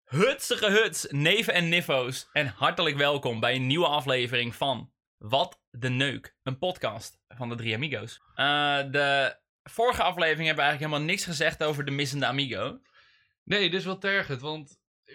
Hutsige huts, neven en niffo's. En hartelijk welkom bij een nieuwe aflevering van Wat de Neuk. Een podcast van de drie amigo's. De vorige aflevering hebben we eigenlijk helemaal niks gezegd over de missende amigo. Nee, dit is wel tergend, want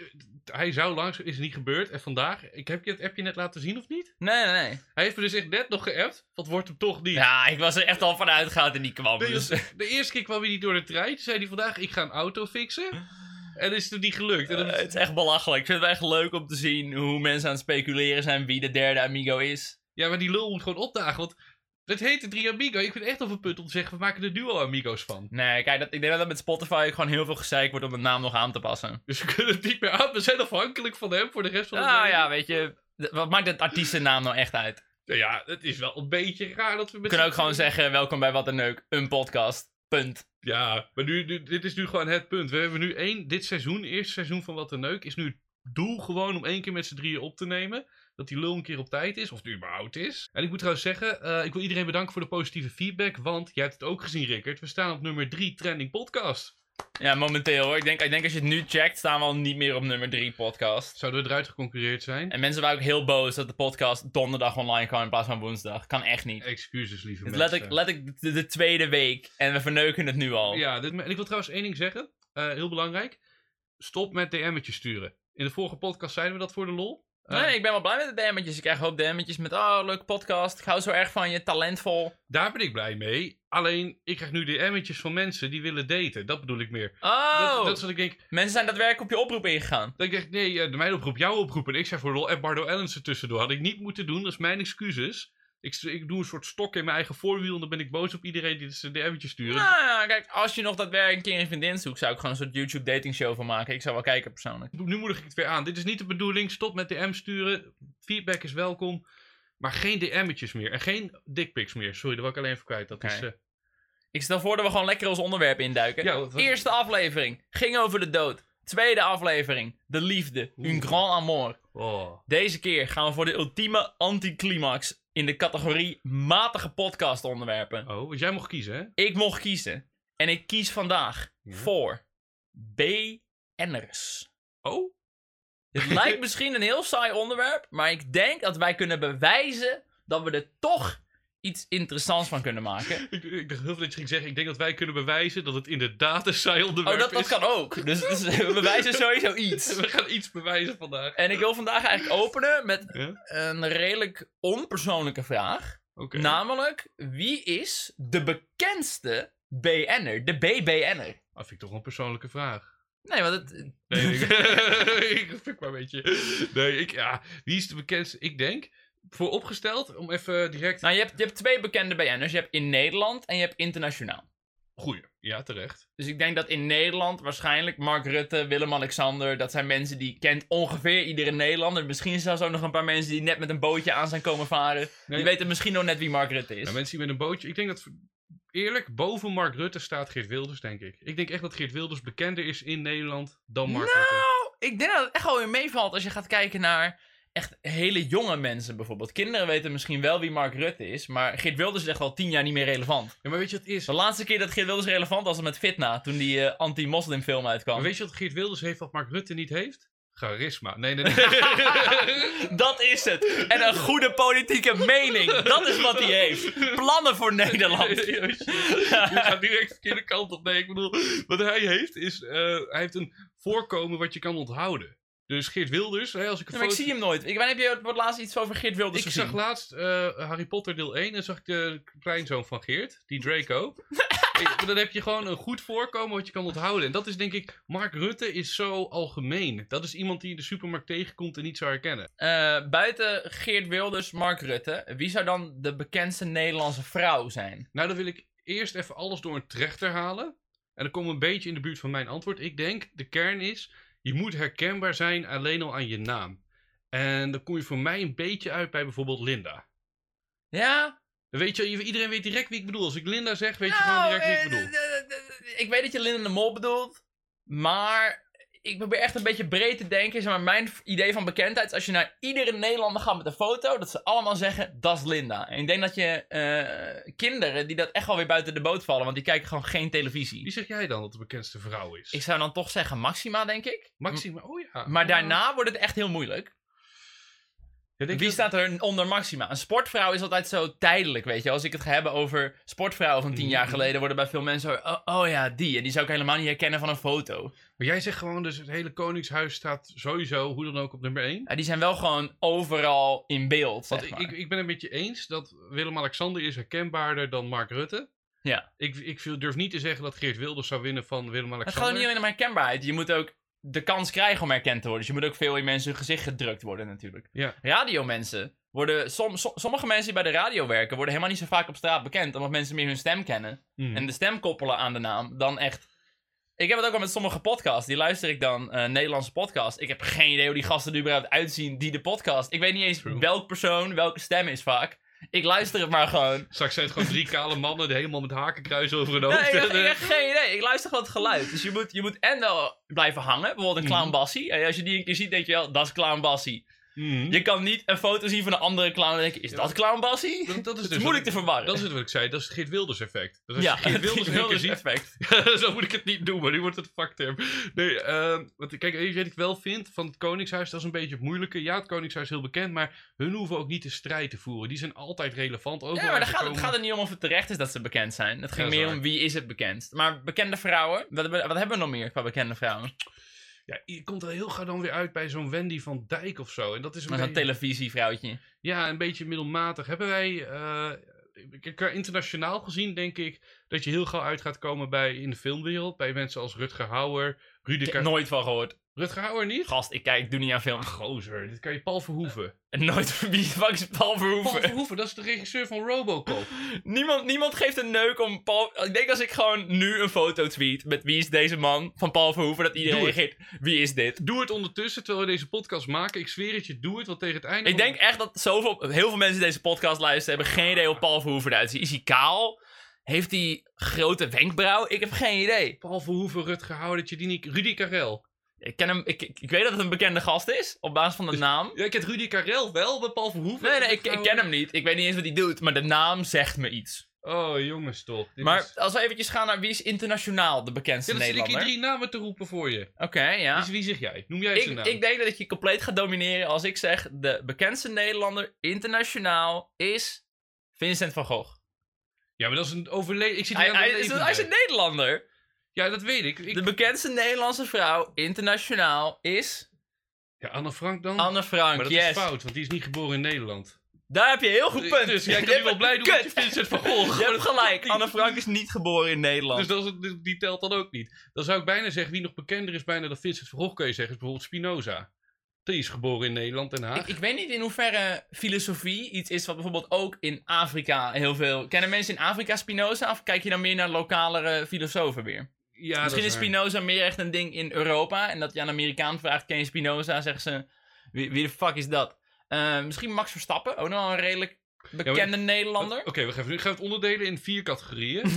hij zou langs, is niet gebeurd. En vandaag, heb je het appje net laten zien of niet? Nee. Hij heeft me dus echt net nog geappt, wat wordt hem toch niet? Ja, ik was er echt al van uitgegaan en die kwam. Dus. De eerste keer kwam hij niet door de trein. Toen zei hij vandaag, ik ga een auto fixen. En is het niet gelukt. En Het is echt belachelijk. Ik vind het echt leuk om te zien hoe mensen aan het speculeren zijn wie de derde amigo is. Ja, maar die lul moet gewoon opdagen, want het heet de drie amigo. Ik vind het echt op een punt om te zeggen, we maken er nu al amigo's van. Nee, kijk, ik denk dat het met Spotify gewoon heel veel gezeik wordt om de naam nog aan te passen. Dus we kunnen het niet meer aan. We zijn afhankelijk van hem voor de rest van de Nou ja, weet je, wat maakt het artiestennaam nou echt uit? Ja, het is wel een beetje raar dat we met We kunnen ook gewoon zeggen, welkom bij Wat een Neuk, een podcast, punt. Ja, maar dit is nu gewoon het punt. We hebben nu dit seizoen, eerste seizoen van Wat een Neuk, is nu het doel gewoon om 1 keer met z'n drieën op te nemen. Dat die lul een keer op tijd is, of het überhaupt is. En ik moet trouwens zeggen, ik wil iedereen bedanken voor de positieve feedback, want jij hebt het ook gezien, Rickert. We staan op nummer 3 trending podcast. Ja, momenteel hoor. Ik denk als je het nu checkt, staan we al niet meer op nummer 3 podcast. Zouden we eruit geconcurreerd zijn? En mensen waren ook heel boos dat de podcast donderdag online kwam in plaats van woensdag. Kan echt niet. Excuses, lieve Dus mensen. let ik de tweede week en we verneuken het nu al. Ja, en ik wil trouwens 1 ding zeggen, heel belangrijk. Stop met DM'tjes sturen. In de vorige podcast zeiden we dat voor de lol. Nee, ik ben wel blij met de DM'tjes. Ik krijg een hoop DM'tjes met, leuke podcast. Ik hou zo erg van je, talentvol. Daar ben ik blij mee. Alleen, ik krijg nu DM'tjes van mensen die willen daten. Dat bedoel ik meer. Oh, Dat is wat ik denk. mensen zijn daadwerkelijk op je oproep ingegaan. Dat ik denk, nee, mijn oproep, jouw oproep. En ik zei voor de lol, Bardo Ellens er tussendoor. Had ik niet moeten doen, dat is mijn excuses. Ik doe een soort stok in mijn eigen voorwiel. En dan ben ik boos op iedereen die zijn DM'tjes sturen. Nou ja, kijk, als je nog daadwerkelijk een keer een vriendin zoekt, zou ik gewoon een soort YouTube dating show van maken. Ik zou wel kijken persoonlijk. Nu moedig ik het weer aan. Dit is niet de bedoeling. Stop met DM sturen. Feedback is welkom. Maar geen DM'tjes meer. En geen dickpics meer. Sorry, daar wil ik alleen even kwijt. Dat Oké. is... Ik stel voor dat we gewoon lekker ons onderwerp induiken. Ja, wat- Eerste aflevering ging over de dood. Tweede aflevering, de liefde. Un grand amour. Oh. Deze keer gaan we voor de ultieme anticlimax in de categorie matige podcast onderwerpen. Oh, want jij mocht kiezen, hè? Ik mocht kiezen. En ik kies vandaag Ja. voor BN'ers. Oh? Het lijkt misschien een heel saai onderwerp, maar ik denk dat wij kunnen bewijzen dat we er toch iets interessants van kunnen maken. Ik dacht heel veel dat je ging zeggen. Ik denk dat wij kunnen bewijzen dat het inderdaad een saai onderwerp Oh, dat is. kan ook. Dus we bewijzen sowieso iets. We gaan iets bewijzen vandaag. En ik wil vandaag eigenlijk openen met Ja? een redelijk onpersoonlijke vraag. Oké. Namelijk, wie is de bekendste BN'er? De BBN'er? Dat vind ik toch wel een persoonlijke vraag. Nee, want het... Nee, ik vind maar een beetje... Nee, wie is de bekendste? Ik denk, vooropgesteld, om even direct... Nou, je hebt 2 bekende BN'ers. Je hebt in Nederland en je hebt internationaal. Goeie, ja, terecht. Dus ik denk dat in Nederland waarschijnlijk Mark Rutte, Willem-Alexander... dat zijn mensen die kent ongeveer iedere Nederlander. Misschien zelfs ook nog een paar mensen die net met een bootje aan zijn komen varen. Nee. Die weten misschien nog net wie Mark Rutte is. Nou, mensen die met een bootje... Ik denk dat, eerlijk, boven Mark Rutte staat Geert Wilders, denk ik. Ik denk echt dat Geert Wilders bekender is in Nederland dan Mark Rutte. Nou, ik denk dat het echt wel weer meevalt als je gaat kijken naar echt hele jonge mensen bijvoorbeeld. Kinderen weten misschien wel wie Mark Rutte is, maar Geert Wilders is echt al 10 jaar niet meer relevant. Ja, maar weet je wat het is? De laatste keer dat Geert Wilders relevant was met Fitna, toen die anti-moslim film uitkwam. Maar weet je wat Geert Wilders heeft wat Mark Rutte niet heeft? Charisma. Nee. Dat is het. En een goede politieke mening. Dat is wat hij heeft. Plannen voor Nederland. Je gaat direct de verkeerde kant op. Nee, ik bedoel, wat hij heeft is, hij heeft een voorkomen wat je kan onthouden. Dus Geert Wilders, hè, als ik een Ja, maar ik foto... zie hem nooit. Wanneer heb je voor het laatst iets over Geert Wilders Ik gezien? zag laatst Harry Potter deel 1 en zag ik de kleinzoon van Geert, die Draco. Maar dan heb je gewoon een goed voorkomen wat je kan onthouden. En dat is denk ik, Mark Rutte is zo algemeen. Dat is iemand die je in de supermarkt tegenkomt en niet zou herkennen. Buiten Geert Wilders, Mark Rutte, wie zou dan de bekendste Nederlandse vrouw zijn? Nou, dan wil ik eerst even alles door een trechter halen. En dan komen we een beetje in de buurt van mijn antwoord. Ik denk, de kern is, je moet herkenbaar zijn alleen al aan je naam. En dan kom je voor mij een beetje uit bij bijvoorbeeld Linda. Ja? Dan weet je, iedereen weet direct wie ik bedoel. Als ik Linda zeg, weet je gewoon direct wie ik bedoel. Ik weet dat je Linda de Mol bedoelt, maar ik probeer echt een beetje breed te denken. Zeg maar mijn idee van bekendheid is als je naar iedere Nederlander gaat met een foto, dat ze allemaal zeggen, dat is Linda. En ik denk dat je kinderen die dat echt wel weer buiten de boot vallen, want die kijken gewoon geen televisie. Wie zeg jij dan dat de bekendste vrouw is? Ik zou dan toch zeggen Maxima, denk ik. Maxima, oh ja. Maar daarna wordt het echt heel moeilijk. Wie staat er onder Maxima? Een sportvrouw is altijd zo tijdelijk, weet je. Als ik het ga hebben over sportvrouwen van 10 jaar geleden, worden bij veel mensen zo, oh ja, die. En die zou ik helemaal niet herkennen van een foto. Maar jij zegt gewoon, dus het hele Koningshuis staat sowieso, hoe dan ook, op nummer 1. Ja, die zijn wel gewoon overal in beeld, Want zeg maar. ik ben het met je eens dat Willem-Alexander is herkenbaarder dan Mark Rutte. Ja. Ik durf niet te zeggen dat Geert Wilders zou winnen van Het Willem-Alexander. gaat niet alleen om herkenbaarheid. Je moet ook de kans krijgen om herkend te worden. Dus je moet ook veel in mensen hun gezicht gedrukt worden natuurlijk. Ja. Radiomensen worden... sommige mensen die bij de radio werken worden helemaal niet zo vaak op straat bekend. Omdat mensen meer hun stem kennen. Mhm. En de stem koppelen aan de naam dan echt... Ik heb het ook al met sommige podcasts. Die luister ik dan, Nederlandse podcast. Ik heb geen idee hoe die gasten er überhaupt uitzien die de podcast... Ik weet niet eens welk persoon, welke stem is vaak. Ik luister het maar gewoon. Straks zijn het gewoon 3 kale mannen die helemaal met hakenkruis over hun hoofd. Nee, ik heb geen idee. Ik luister gewoon het geluid. Dus je moet en wel blijven hangen. Bijvoorbeeld een Clown Bassie. En als je die een keer ziet, denk je wel, dat is Clown Bassie. Mhm. Je kan niet een foto zien van een andere clown en denken, is dat Clown Bassie? Dat is Het dus is moeilijk te verwarren. Dat is het wat ik zei, dat is het Geert Wilders effect. Dus als ja, je Geert Wilders in één keer ziet, effect. zo moet ik het niet doen, maar nu wordt het vakterm. Nee, want kijk, weet je wat ik wel vind van het Koningshuis, dat is een beetje het moeilijke. Ja, het Koningshuis is heel bekend, maar hun hoeven ook niet de strijd te voeren. Die zijn altijd relevant. Ja, maar het gaat er niet om of het terecht is dat ze bekend zijn. Het ging Ja, meer waar. om wie is het bekendst. Maar bekende vrouwen, wat hebben we nog meer qua bekende vrouwen? Ja, je komt er heel gauw dan weer uit bij zo'n Wendy van Dijk of zo. En dat is een Maar zo'n beetje... televisievrouwtje. Ja, een beetje middelmatig. Hebben wij, qua internationaal gezien, denk ik, dat je heel gauw uit gaat komen in de filmwereld. Bij mensen als Rutger Hauer, Ik heb nooit van gehoord. Rutger Hauer niet? Gast, ik doe niet aan films. Gozer, dit kan je Paul Verhoeven. Nooit wie de fuck is Paul Verhoeven? Paul Verhoeven, dat is de regisseur van Robocop. Niemand geeft een neuk om Paul... Ik denk als ik gewoon nu een foto tweet met wie is deze man van Paul Verhoeven, dat iedereen Doe het. reageert, wie is dit? Doe het ondertussen, terwijl we deze podcast maken. Ik zweer het je, doe het, want tegen het einde... Ik denk echt dat heel veel mensen die deze podcast luisteren hebben geen idee hoe Paul Verhoeven eruit ziet. Is hij kaal? Heeft hij grote wenkbrauw? Ik heb geen idee. Paul Verhoeven, Rutger Hauer, dat je die niet... Rudy Karel. Ik ken hem, ik weet dat het een bekende gast is, op basis van de naam. Ja, ik ken Rudy Karel wel, maar Paul Verhoeven... Nee, ik ken hem niet. Ik weet niet eens wat hij doet, maar de naam zegt me iets. Oh, jongens toch. Maar als we eventjes gaan naar wie is internationaal de bekendste Ja, dan zit ik Nederlander? hier 3 namen te roepen voor je. Oké, ja. Dus wie zeg jij? Noem jij zijn naam. Ik denk dat ik je compleet ga domineren als ik zeg de bekendste Nederlander internationaal is Vincent van Gogh. Ja, maar dat is een overleden... Ik zit hier aan Hij de is levende. een Nederlander. Ja, dat weet ik. De bekendste Nederlandse vrouw internationaal is Ja, Anne Frank dan? Anne Frank, Maar dat yes. is fout, want die is niet geboren in Nederland. Daar heb je een heel goed punt. Dus jij kan nu wel blij doen dat je Vincent van Gogh. Je hebt gelijk, Anne Frank is niet geboren in Nederland. Dus die telt dan ook niet. Dan zou ik bijna zeggen, wie nog bekender is bijna dan Vincent van Gogh, kun je zeggen, is bijvoorbeeld Spinoza. Die is geboren in Nederland, Den Haag. Ik weet niet in hoeverre filosofie iets is wat bijvoorbeeld ook in Afrika heel veel... Kennen mensen in Afrika Spinoza of kijk je dan meer naar lokalere filosofen weer? Ja, Misschien dat is waar. Spinoza meer echt een ding in Europa. En dat je aan een Amerikaan vraagt, ken je Spinoza? Zeggen ze, wie de fuck is dat? Misschien Max Verstappen, ook nog wel een redelijk bekende Nederlander. Oké, we gaan het onderdelen in 4 categorieën.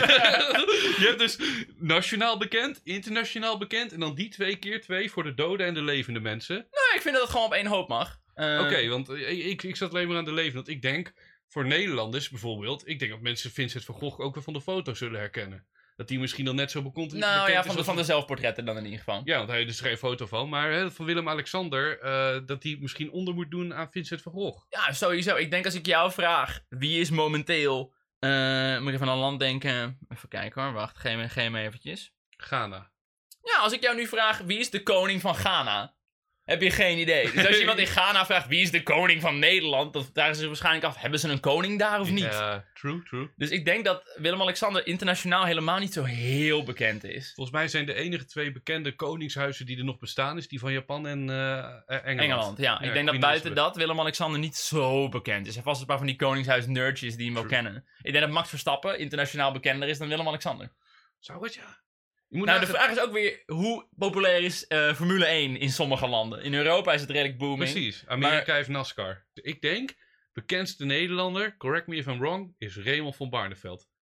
Je hebt dus nationaal bekend, internationaal bekend en dan die 2 keer 2 voor de dode en de levende mensen. Nou, ik vind dat het gewoon op één hoop mag. Oké, want ik zat alleen maar aan de levende. Want ik denk, voor Nederlanders bijvoorbeeld, ik denk dat mensen Vincent van Gogh ook wel van de foto zullen herkennen. Dat die misschien dan net zo bekend Nou ja, is als van de zelfportretten dan in ieder geval. Ja, want hij heeft er geen foto van. Maar van Willem-Alexander, dat hij misschien onder moet doen aan Vincent van Gogh. Ja, sowieso. Ik denk als ik jou vraag, wie is momenteel... moet ik even aan een land denken. Even kijken hoor, wacht. Geef me eventjes. Ghana. Ja, als ik jou nu vraag, wie is de koning van Ghana? Heb je geen idee. Dus als je iemand in Ghana vraagt, wie is de koning van Nederland? Dan vragen ze zich waarschijnlijk af, hebben ze een koning daar of niet? Ja, true. Dus ik denk dat Willem-Alexander internationaal helemaal niet zo heel bekend is. Volgens mij zijn de enige 2 bekende koningshuizen die er nog bestaan, is die van Japan en Engeland. Engeland, ja. Ik denk dat buiten dat Willem-Alexander niet zo bekend is. Er zijn vast een paar van die koningshuis-nerdjes die hem wel kennen. Ik denk dat Max Verstappen internationaal bekender is dan Willem-Alexander. Zou het, ja? Je moet Nou, de vraag is ook weer, hoe populair is Formule 1 in sommige landen? In Europa is het redelijk booming. Precies, Amerika heeft NASCAR. Ik denk, bekendste Nederlander, correct me if I'm wrong, is Raymond van Barneveld.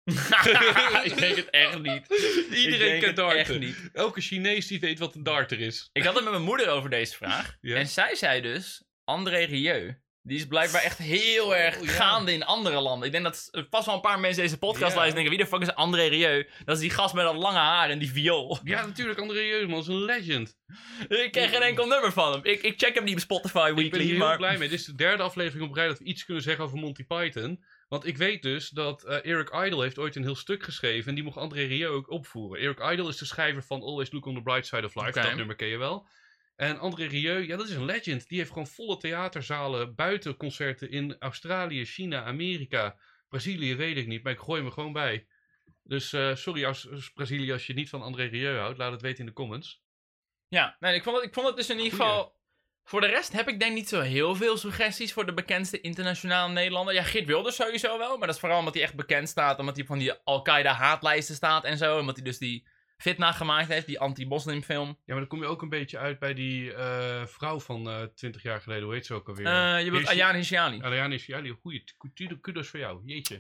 Ik denk het echt niet. Iedereen kent darten. Echt niet. Elke Chinees die weet wat een darter is. Ik had het met mijn moeder over deze vraag. Ja. En zij zei dus, André Rieu. Die is blijkbaar echt heel erg ja. gaande in andere landen. Ik denk dat vast wel een paar mensen deze podcast luisteren denken, wie de fuck is André Rieu? Dat is die gast met dat lange haar en die viool. Ja, natuurlijk. André Rieu, man. Dat is een legend. Ik ken geen enkel nummer van hem. Ik check hem niet op Spotify Ik ben Weekly, hier maar... heel blij mee. Dit is de 3e aflevering op rij dat we iets kunnen zeggen over Monty Python. Want ik weet dus dat Eric Idle heeft ooit een heel stuk geschreven en die mocht André Rieu ook opvoeren. Eric Idle is de schrijver van Always Look on the Bright Side of Life. Oké. Dat nummer ken je wel. En André Rieu, ja, dat is een legend. Die heeft gewoon volle theaterzalen, buitenconcerten in Australië, China, Amerika, Brazilië, weet ik niet. Maar ik gooi hem er gewoon bij. Dus sorry als Brazilië, als je niet van André Rieu houdt, laat het weten in de comments. Ja, nee, ik vond het dus in ieder geval... Voor de rest heb ik denk niet zo heel veel suggesties voor de bekendste internationale Nederlander. Ja, Geert Wilders sowieso wel, maar dat is vooral omdat hij echt bekend staat. Omdat hij op van die Al-Qaeda haatlijsten staat en zo. Omdat hij dus die Fitna gemaakt heeft, die anti-moslim film. Ja, maar dan kom je ook een beetje uit bij die vrouw van 20 jaar geleden. Hoe heet ze ook alweer? Je bedoelt Ayaan Hirsi. Ayaan Hirsi. Goeie, kudos voor jou. Jeetje.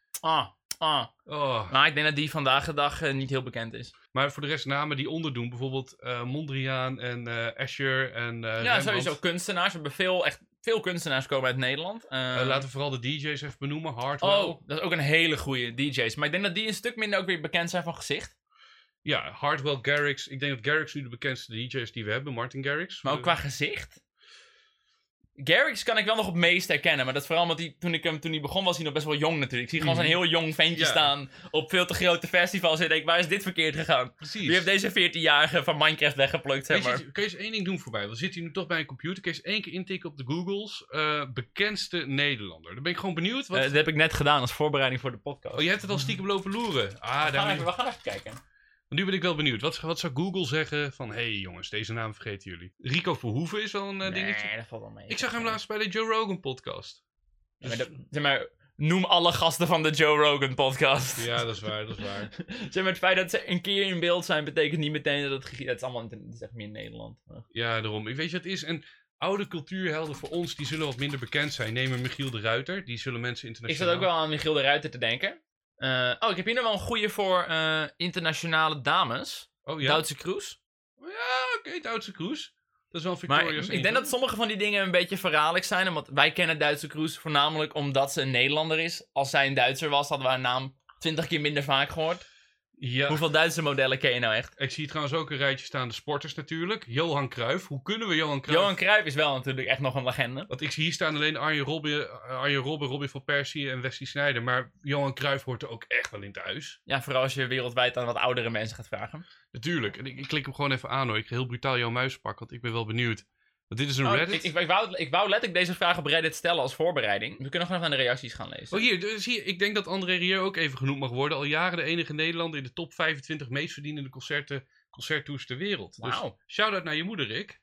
Oh. Maar ik denk dat die vandaag de dag niet heel bekend is. Maar voor de rest namen die onderdoen. Bijvoorbeeld Mondriaan en Escher en Ja, Rembrandt. sowieso kunstenaars. We hebben echt veel kunstenaars komen uit Nederland. Laten we vooral de DJ's even benoemen. Hardwell. Oh, dat is ook een hele goede DJ's. Maar ik denk dat die een stuk minder ook weer bekend zijn van gezicht. Ja, Hardwell, Garrix. Ik denk dat Garrix nu de bekendste DJ's die we hebben. Martin Garrix. Maar ook qua gezicht. Garrix kan ik wel nog op meest herkennen. Maar dat is vooral omdat toen hij begon was hij nog best wel jong natuurlijk. Ik zie gewoon zo'n heel jong ventje staan op veel te grote festivals. En ik denk, waar is dit verkeerd gegaan? Precies. Wie heeft deze 14-jarige van Minecraft weggeplukt, zeg maar. Kun je eens één ding doen voorbij? We zitten hier nu toch bij een computer. Kun je eens één keer intikken op de Googles. Bekendste Nederlander. Dan ben ik gewoon benieuwd. Wat... Dat heb ik net gedaan als voorbereiding voor de podcast. Oh, je hebt het al stiekem lopen loeren. We gaan even kijken. Nu ben ik wel benieuwd. Wat zou Google zeggen van... Hé jongens, deze naam vergeten jullie. Rico Verhoeven is wel een dingetje. Nee, dat valt wel mee. Ik zag hem laatst bij de Joe Rogan podcast. Dus... Zeg maar, noem alle gasten van de Joe Rogan podcast. Ja, dat is waar, dat is waar. Zeg maar, het feit dat ze een keer in beeld zijn, betekent niet meteen dat het is allemaal het is echt meer in Nederland. Ja, daarom. Ik weet je wat het is. En oude cultuurhelden voor ons, die zullen wat minder bekend zijn. Neem een Michiel de Ruiter. Die zullen mensen internationaal... Ik zat ook wel aan Michiel de Ruiter te denken. Ik heb hier nog wel een goeie voor internationale dames. Oh ja? Duitse Kroes. Ja, oké, Duitse Kroes. Dat is wel Maar Victoria's ik denk dat sommige van die dingen een beetje verraderlijk zijn. Omdat wij kennen Duitse Kroes voornamelijk omdat ze een Nederlander is. Als zij een Duitser was, hadden we haar naam 20 keer minder vaak gehoord. Ja. Hoeveel Duitse modellen ken je nou echt? Ik zie trouwens ook een rijtje staan, de sporters natuurlijk. Johan Cruijff. Hoe kunnen we Johan Cruijff... Johan Cruijff is wel natuurlijk echt nog een legende. Want ik zie hier staan alleen Arjen Robben, Robbie van Persie en Wesley Sneijder. Maar Johan Cruijff hoort er ook echt wel in thuis. Ja, vooral als je wereldwijd aan wat oudere mensen gaat vragen. Natuurlijk. En ik klik hem gewoon even aan hoor. Ik ga heel brutaal jouw muis pakken, want ik ben wel benieuwd. Want dit is een Reddit. Ik wou letterlijk deze vraag op Reddit stellen als voorbereiding. We kunnen gewoon even naar de reacties gaan lezen. Oh hier, ik denk dat André Rieu ook even genoemd mag worden. Al jaren de enige Nederlander in de top 25 meest verdienende concerttours ter wereld. Wauw. Dus shout-out naar je moeder, Rick.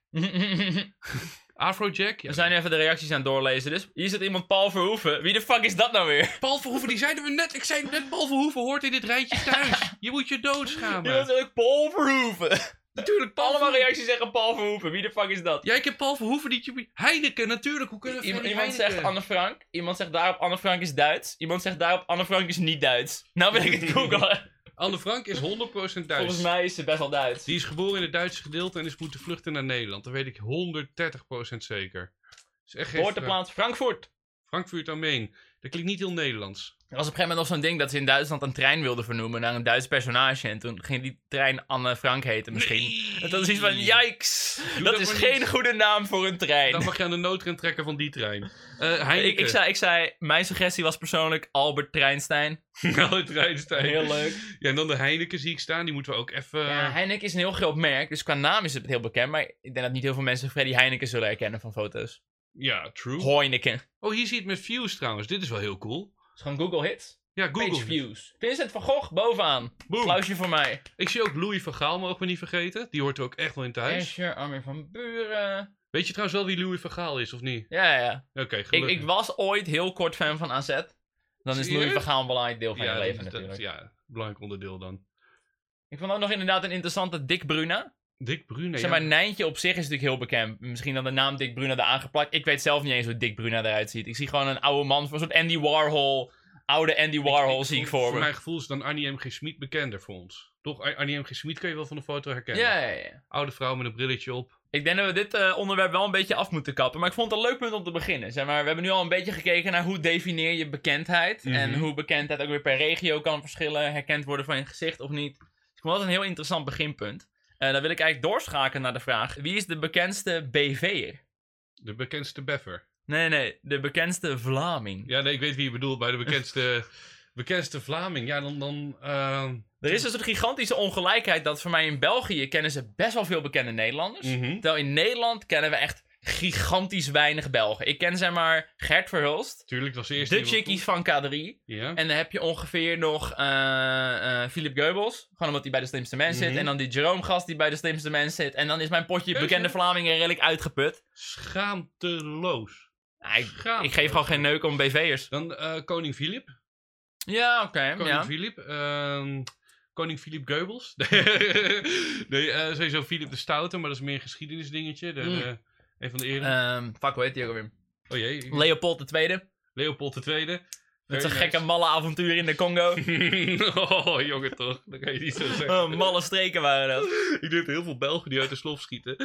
Afrojack. Ja. We zijn even de reacties aan het doorlezen. Dus hier zit iemand Paul Verhoeven. Wie de fuck is dat nou weer? Paul Verhoeven, die zeiden we net. Ik zei net, Paul Verhoeven hoort in dit rijtje thuis. Je moet je doodschamen. Ja, dat is ook Paul Verhoeven. Natuurlijk, Paul Allemaal Verhoeven. reacties zeggen Paul Verhoeven. Wie de fuck is dat? Ja, ik heb Paul Verhoeven niet. Heineken, natuurlijk. Hoe kunnen we Iemand zegt Anne Frank. Iemand zegt daarop Anne Frank is Duits. Iemand zegt daarop Anne Frank is niet Duits. Nou wil ik het googlen. Anne Frank is 100% Duits. Volgens mij is ze best wel Duits. Die is geboren in het Duitse gedeelte en is moeten vluchten naar Nederland. Dat weet ik 130% zeker. Is echt geen Geboorteplaats Frankfurt. Frankfurt am Main. Dat klinkt niet heel Nederlands. Er was op een gegeven moment nog zo'n ding dat ze in Duitsland een trein wilden vernoemen naar een Duits personage. En toen ging die trein Anne Frank heten misschien. Nee. En dat is iets van, yikes. Doe Dat dat is maar geen niet. goede naam voor een trein. Dan mag je aan de noodrem trekken van die trein. Heineken. Ik zei, mijn suggestie was persoonlijk Albert Treinstein. Nou, treinstijn. Heel leuk. Ja, en dan de Heineken zie ik staan. Die moeten we ook even... Ja, Heineken is een heel groot merk, dus qua naam is het heel bekend. Maar ik denk dat niet heel veel mensen Freddy Heineken zullen herkennen van foto's. Ja, true. Heineken. Oh, hier zie je het met views trouwens. Dit is wel heel cool. Het is gewoon Google Hits. Ja, Google. Page views. Vincent van Gogh, bovenaan. Boom. Applausje voor mij. Ik zie ook Louis van Gaal, mogen we niet vergeten. Die hoort er ook echt wel in thuis. Escher, Armin van Buren. Weet je trouwens wel wie Louis van Gaal is, of niet? Ja. Oké, gelukkig. Ik was ooit heel kort fan van AZ. Dan is Serieus? Louis van Gaal een belangrijk deel van ja, je leven dat- natuurlijk. ja, belangrijk onderdeel dan. Ik vond ook nog inderdaad een interessante Dick Bruna. Dick Brune, Zeg maar, Nijntje op zich is natuurlijk heel bekend. Misschien dat de naam Dick Bruna er aangeplakt. Ik weet zelf niet eens hoe Dick Bruna eruit ziet. Ik zie gewoon een oude man, een soort Andy Warhol oude Andy Warhol zie ik voor Voor me. mijn gevoel is dan Annie M. G. Schmid bekender voor ons. Toch? Annie M. G. Schmid kun je wel van de foto herkennen. Ja. Oude vrouw met een brilletje op. Ik denk dat we dit onderwerp wel een beetje af moeten kappen. Maar ik vond het een leuk punt om te beginnen. Zeg maar, we hebben nu al een beetje gekeken naar hoe definieer je bekendheid. Mhm. En hoe bekendheid ook weer per regio kan verschillen. Herkend worden van je gezicht of niet. Dus ik vond dat een heel interessant beginpunt. Dan wil ik eigenlijk doorschakelen naar de vraag. Wie is de bekendste BV'er? De bekendste beffer. Nee. De bekendste Vlaming. Ja, nee, ik weet wie je bedoelt. Bij de bekendste Vlaming. Ja, dan Er is dus een gigantische ongelijkheid dat voor mij in België kennen ze best wel veel bekende Nederlanders. Mhm. Terwijl in Nederland kennen we echt gigantisch weinig Belgen. Ik ken zeg maar Gert Verhulst. Tuurlijk, dat was de eerste. De die chickies van K3. Ja. En dan heb je ongeveer nog Philip Geubels. Gewoon omdat hij bij de slimste mens zit. Mhm. En dan die Jerome-gast die bij de slimste mens zit. En dan is mijn potje Keuze. bekende Vlamingen redelijk uitgeput. Schaamteloos. Nou, ik Schaamteloos. geef gewoon geen neuk om BV'ers. Dan koning Filip. Ja, oké. Koning Ja. Filip. Koning Filip Geubels. Nee, sowieso Filip de Stoute, maar dat is meer een geschiedenisdingetje. Een van de eerder. Fuck, hoe heet die ook alweer? Oh jee. Leopold II. Leopold II. Met zijn gekke malle avontuur in de Congo. Oh, jongen toch. Dat kan je niet zo zeggen. Oh, malle streken waren dat. Ik denk heel veel Belgen die uit de slof schieten.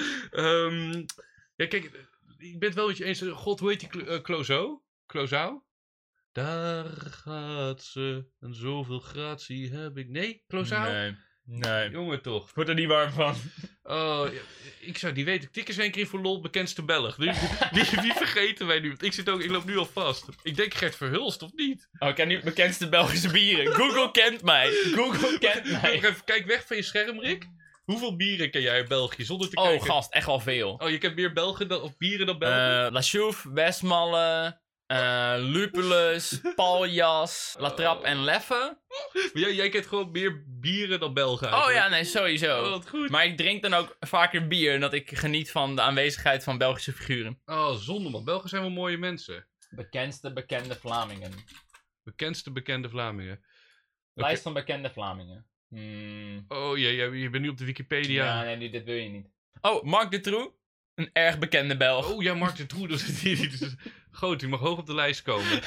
Ja, kijk, ik ben het wel met je eens. God, hoe heet die Clouseau? Daar gaat ze. En zoveel gratie heb ik. Nee, Clouseau? Nee. Jongen toch. Ik word er niet warm van. Oh, ja, ik zou die weten. Tik eens een keer voor lol bekendste Belg. Wie vergeten wij nu? Want ik loop nu al vast. Ik denk Gert Verhulst, of niet? Oh, ik ken nu bekendste Belgische bieren. Google kent mij. Even, kijk weg van je scherm, Rick. Hoeveel bieren ken jij uit België zonder te Oh, kijken? gast, echt wel veel. Oh, je kent meer bieren dan Belgen? La Chouffe, Westmalle, Lupulus, Paljas, La Trappe en Leffe. Maar jij kent gewoon meer bieren dan Belgen Oh eigenlijk. ja, nee, sowieso. Oh, wat goed. Maar ik drink dan ook vaker bier, omdat ik geniet van de aanwezigheid van Belgische figuren. Oh, zonde man. Belgen zijn wel mooie mensen. Bekendste bekende Vlamingen. Bekendste bekende Vlamingen. Lijst van bekende Vlamingen. Oh jee, je bent nu op de Wikipedia. Ja, nee, dit wil je niet. Oh, Marc Dutroux. Een erg bekende Belg. Oh ja, Marc de Troe, dat is groot, die mag hoog op de lijst komen.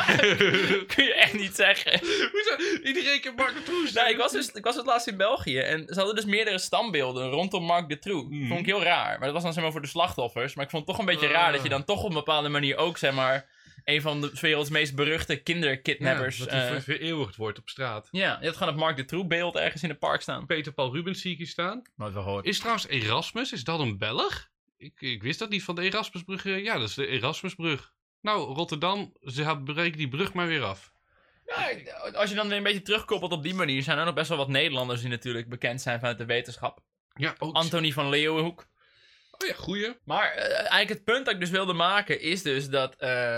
Kun je echt niet zeggen. Hoezo? Iedereen kent Marc de Troe. Nou, ik was het laatst in België en ze hadden dus meerdere standbeelden rondom Marc Dutroux. Vond ik heel raar. Maar dat was dan zeg maar voor de slachtoffers. Maar ik vond het toch een beetje raar dat je dan toch op een bepaalde manier ook zeg maar een van de werelds meest beruchte kinderkidnappers. Ja, dat hij vereeuwigd wordt op straat. Ja, je had gewoon het Marc Dutroux beeld ergens in het park staan. Peter Paul Rubens zie ik hier staan. Nooit wel gehoord. Is trouwens Erasmus, is dat een Belg? Ik wist dat niet van de Erasmusbrug. Ja, dat is de Erasmusbrug. Nou, Rotterdam, ze breken die brug maar weer af. Ja, als je dan weer een beetje terugkoppelt op die manier, zijn er nog best wel wat Nederlanders die natuurlijk bekend zijn vanuit de wetenschap. Ja, ook. Anthony van Leeuwenhoek. Oh ja, goeie. Maar eigenlijk het punt dat ik dus wilde maken is dus dat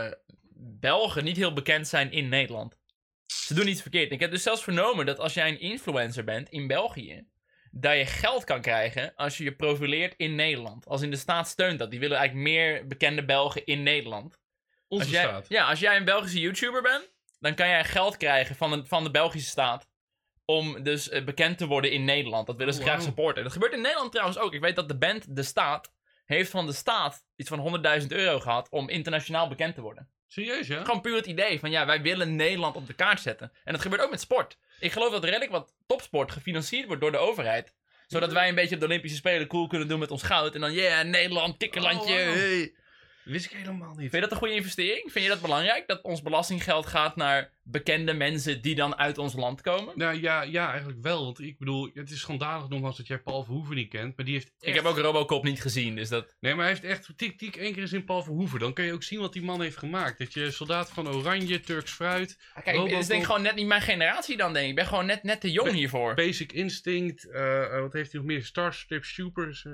Belgen niet heel bekend zijn in Nederland. Ze doen iets verkeerd. Ik heb dus zelfs vernomen dat als jij een influencer bent in België, dat je geld kan krijgen als je je profileert in Nederland. Als in de staat steunt dat. Die willen eigenlijk meer bekende Belgen in Nederland. Onze staat. Ja, als jij een Belgische YouTuber bent, dan kan jij geld krijgen van de Belgische staat. Om dus bekend te worden in Nederland. Dat willen ze graag supporten. Dat gebeurt in Nederland trouwens ook. Ik weet dat de band De Staat heeft van de staat iets van €100.000 gehad om internationaal bekend te worden. Serieus, ja? Gewoon puur het idee van ja, wij willen Nederland op de kaart zetten. En dat gebeurt ook met sport. Ik geloof dat redelijk wat topsport gefinancierd wordt door de overheid. Zodat wij een beetje op de Olympische Spelen cool kunnen doen met ons goud. En dan, Nederland, tikkerlandje. Oh, wow. Hey. Wist ik helemaal niet. Vind je dat een goede investering? Vind je dat belangrijk? Dat ons belastinggeld gaat naar bekende mensen die dan uit ons land komen? Nou ja, eigenlijk wel. Want ik bedoel, het is schandalig nogmaals dat jij Paul Verhoeven niet kent. Maar die heeft echt... Ik heb ook Robocop niet gezien, dus dat... Nee, maar hij heeft echt tik één keer eens in Paul Verhoeven. Dan kun je ook zien wat die man heeft gemaakt. Dat je Soldaat van Oranje, Turks Fruit... Kijk, dit is denk ik gewoon net niet mijn generatie dan, denk ik. Ik ben gewoon net te jong hiervoor. Basic Instinct, wat heeft hij nog meer? Starship Troopers,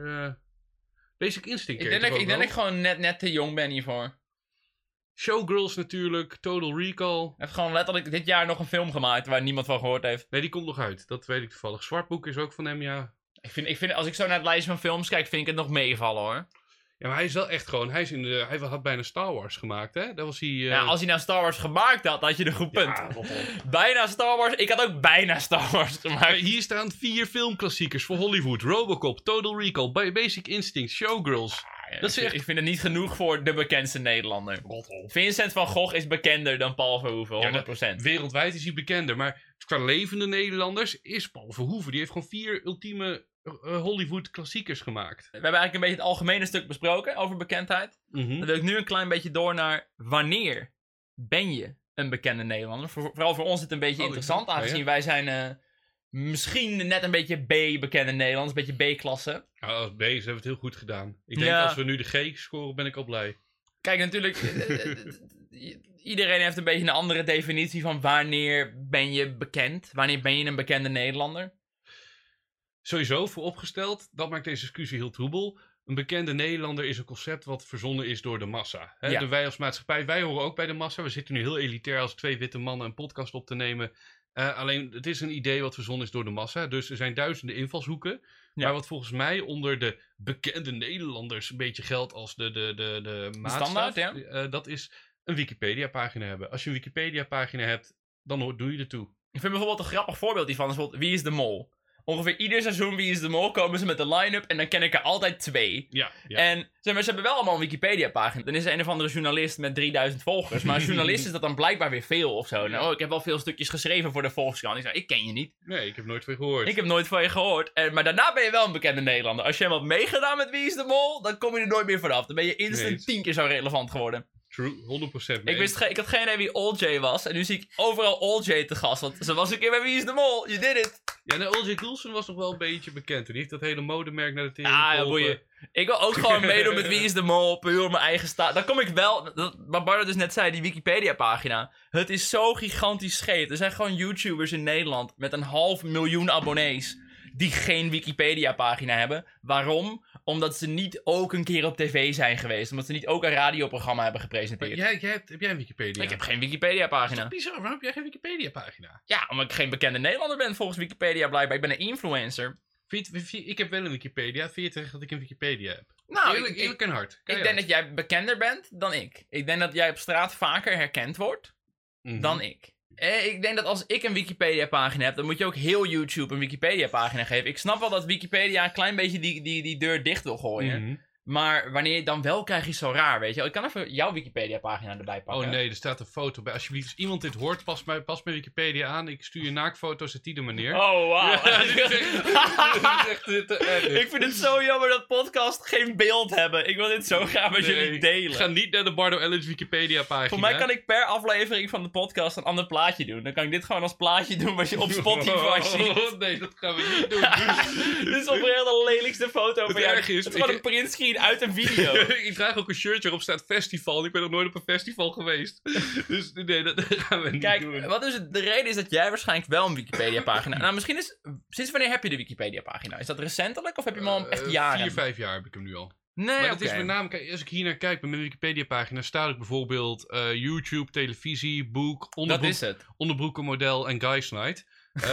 Basic Instinct. Ik denk dat ik gewoon net te jong ben hiervoor. Showgirls natuurlijk, Total Recall. Hij heeft gewoon letterlijk dit jaar nog een film gemaakt waar niemand van gehoord heeft. Nee, die komt nog uit. Dat weet ik toevallig. Zwartboek is ook van hem, ja. Ik vind als ik zo naar het lijstje van films kijk, vind ik het nog meevallen hoor. Ja, maar hij is wel echt gewoon... Hij had bijna Star Wars gemaakt, hè? Dat was hij... Ja, als hij nou Star Wars gemaakt had, had je een goed punt. Ja, Bijna Star Wars. Ik had ook bijna Star Wars gemaakt. hier staan 4 filmklassiekers voor Hollywood. Robocop, Total Recall, Basic Instinct, Showgirls. Dat is echt... Ik vind het niet genoeg voor de bekendste Nederlander. Vincent van Gogh is bekender dan Paul Verhoeven, 100%. Wereldwijd is hij bekender, maar qua levende Nederlanders is Paul Verhoeven. Die heeft gewoon 4 ultieme Hollywood klassiekers gemaakt. We hebben eigenlijk een beetje het algemene stuk besproken over bekendheid. Dan wil ik nu een klein beetje door naar wanneer ben je een bekende Nederlander. Vooral voor ons is het een beetje interessant, aangezien wij zijn misschien net een beetje B-bekende Nederlanders, een beetje B-klasse. Ja, als B hebben we het heel goed gedaan. Ik denk als we nu de G scoren, ben ik al blij. Kijk, natuurlijk, iedereen heeft een beetje een andere definitie van wanneer ben je bekend. Wanneer ben je een bekende Nederlander. Sowieso vooropgesteld, dat maakt deze discussie heel troebel. Een bekende Nederlander is een concept wat verzonnen is door de massa. Hè? Ja. Wij als maatschappij, wij horen ook bij de massa. We zitten nu heel elitair als 2 witte mannen een podcast op te nemen. Alleen, het is een idee wat verzonnen is door de massa. Dus er zijn duizenden invalshoeken. Ja. Maar wat volgens mij onder de bekende Nederlanders een beetje geldt als de maatstaf. Standaard, ja. Dat is een Wikipedia-pagina hebben. Als je een Wikipedia-pagina hebt, dan doe je ertoe. Ik vind bijvoorbeeld een grappig voorbeeld hiervan. Is bijvoorbeeld Wie is de Mol? Ongeveer ieder seizoen Wie is de Mol komen ze met de line-up en dan ken ik er altijd 2. Ja. En zeg maar, ze hebben wel allemaal een Wikipedia-pagina. Dan is er een of andere journalist met 3000 volgers. Maar een journalist is dat dan blijkbaar weer veel of zo. Nou, ik heb wel veel stukjes geschreven voor de Volkskrant. Ik zei, ik ken je niet. Nee, ik heb nooit van je gehoord. Ik heb nooit van je gehoord. Maar daarna ben je wel een bekende Nederlander. Als je helemaal hebt meegedaan met Wie is de Mol, dan kom je er nooit meer vanaf. Dan ben je instant 10 keer zo relevant geworden. True, 100%. Ik had geen idee wie Old J was. En nu zie ik overal Old J te gast. Want ze was een keer bij Wie is de Mol. You did it. Ja, nou, Old J Coulson was nog wel een beetje bekend. Die heeft dat hele modemerk naar de tering ja, boeien. Ik wil ook gewoon meedoen met Wie is de Mol. Puur mijn eigen staat. Dan kom ik wel... Wat Bardo dus net zei, die Wikipedia-pagina. Het is zo gigantisch scheef. Er zijn gewoon YouTubers in Nederland met 500.000 abonnees die geen Wikipedia-pagina hebben. Waarom? Omdat ze niet ook een keer op tv zijn geweest. Omdat ze niet ook een radioprogramma hebben gepresenteerd. Heb jij een Wikipedia? Ik heb geen Wikipedia-pagina. Dat is bizar, waarom heb jij geen Wikipedia-pagina? Ja, omdat ik geen bekende Nederlander ben volgens Wikipedia blijkbaar. Ik ben een influencer. Ik heb wel een Wikipedia. Vind je het terecht dat ik een Wikipedia heb? Nou, eerlijk en hard. Ik denk dat jij bekender bent dan ik. Ik denk dat jij op straat vaker herkend wordt dan ik. Ik denk dat als ik een Wikipedia-pagina heb, dan moet je ook heel YouTube een Wikipedia-pagina geven. Ik snap wel dat Wikipedia een klein beetje die deur dicht wil gooien. Maar wanneer je dan wel krijg je zo raar, weet je. Ik kan even jouw Wikipedia-pagina erbij pakken. Oh nee, er staat een foto bij. Alsjeblieft, als iemand dit hoort, pas mijn Wikipedia aan. Ik stuur je naaktfoto's uit die manier. Oh, wauw. Ja, dit is echt ik vind het zo jammer dat podcasts geen beeld hebben. Ik wil dit zo graag met jullie delen. Ga niet naar de Bardo Ellens Wikipedia-pagina. Voor mij kan ik per aflevering van de podcast een ander plaatje doen. Dan kan ik dit gewoon als plaatje doen wat je op Spotify ziet. Nee, dat gaan we niet doen. Dit is oprecht de lelijkste foto van jou. Het is gewoon een printscreen uit een video. Ik draag ook een shirtje waarop staat festival. Ik ben nog nooit op een festival geweest. Dus nee, dat gaan we niet doen. Kijk, wat dus de reden is dat jij waarschijnlijk wel een Wikipedia-pagina... Nou, misschien is... Sinds wanneer heb je de Wikipedia-pagina? Is dat recentelijk of heb je hem al echt jaren? 4-5 jaar heb ik hem nu al. Nee, maar dat is met name... Kijk, als ik hier naar kijk bij mijn Wikipedia-pagina... staat ik bijvoorbeeld YouTube, televisie, boek, onderbroekenmodel en Guys Night.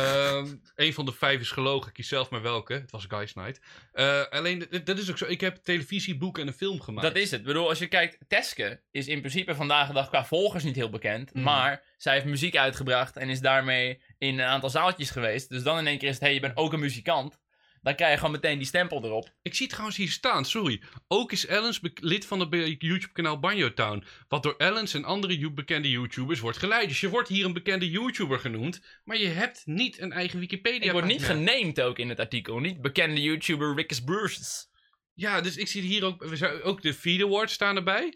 Een van de 5 is gelogen, ik kies zelf maar welke. Het was Guys Night. Alleen, dat is ook zo. Ik heb televisie, boek en een film gemaakt. Dat is het. Ik bedoel, als je kijkt, Teske is in principe vandaag de dag qua volgers niet heel bekend. Maar zij heeft muziek uitgebracht en is daarmee in een aantal zaaltjes geweest. Dus dan in één keer is het, je bent ook een muzikant. Dan krijg je gewoon meteen die stempel erop. Ik zie het trouwens hier staan, sorry. Ook is Ellens lid van het YouTube-kanaal Banjo Town. Wat door Ellens en andere bekende YouTubers wordt geleid. Dus je wordt hier een bekende YouTuber genoemd. Maar je hebt niet een eigen Wikipedia. Ik word niet genamed ook in het artikel. Niet bekende YouTuber Rickes Bruce. Ja, dus ik zie hier ook de Feed Awards staan erbij.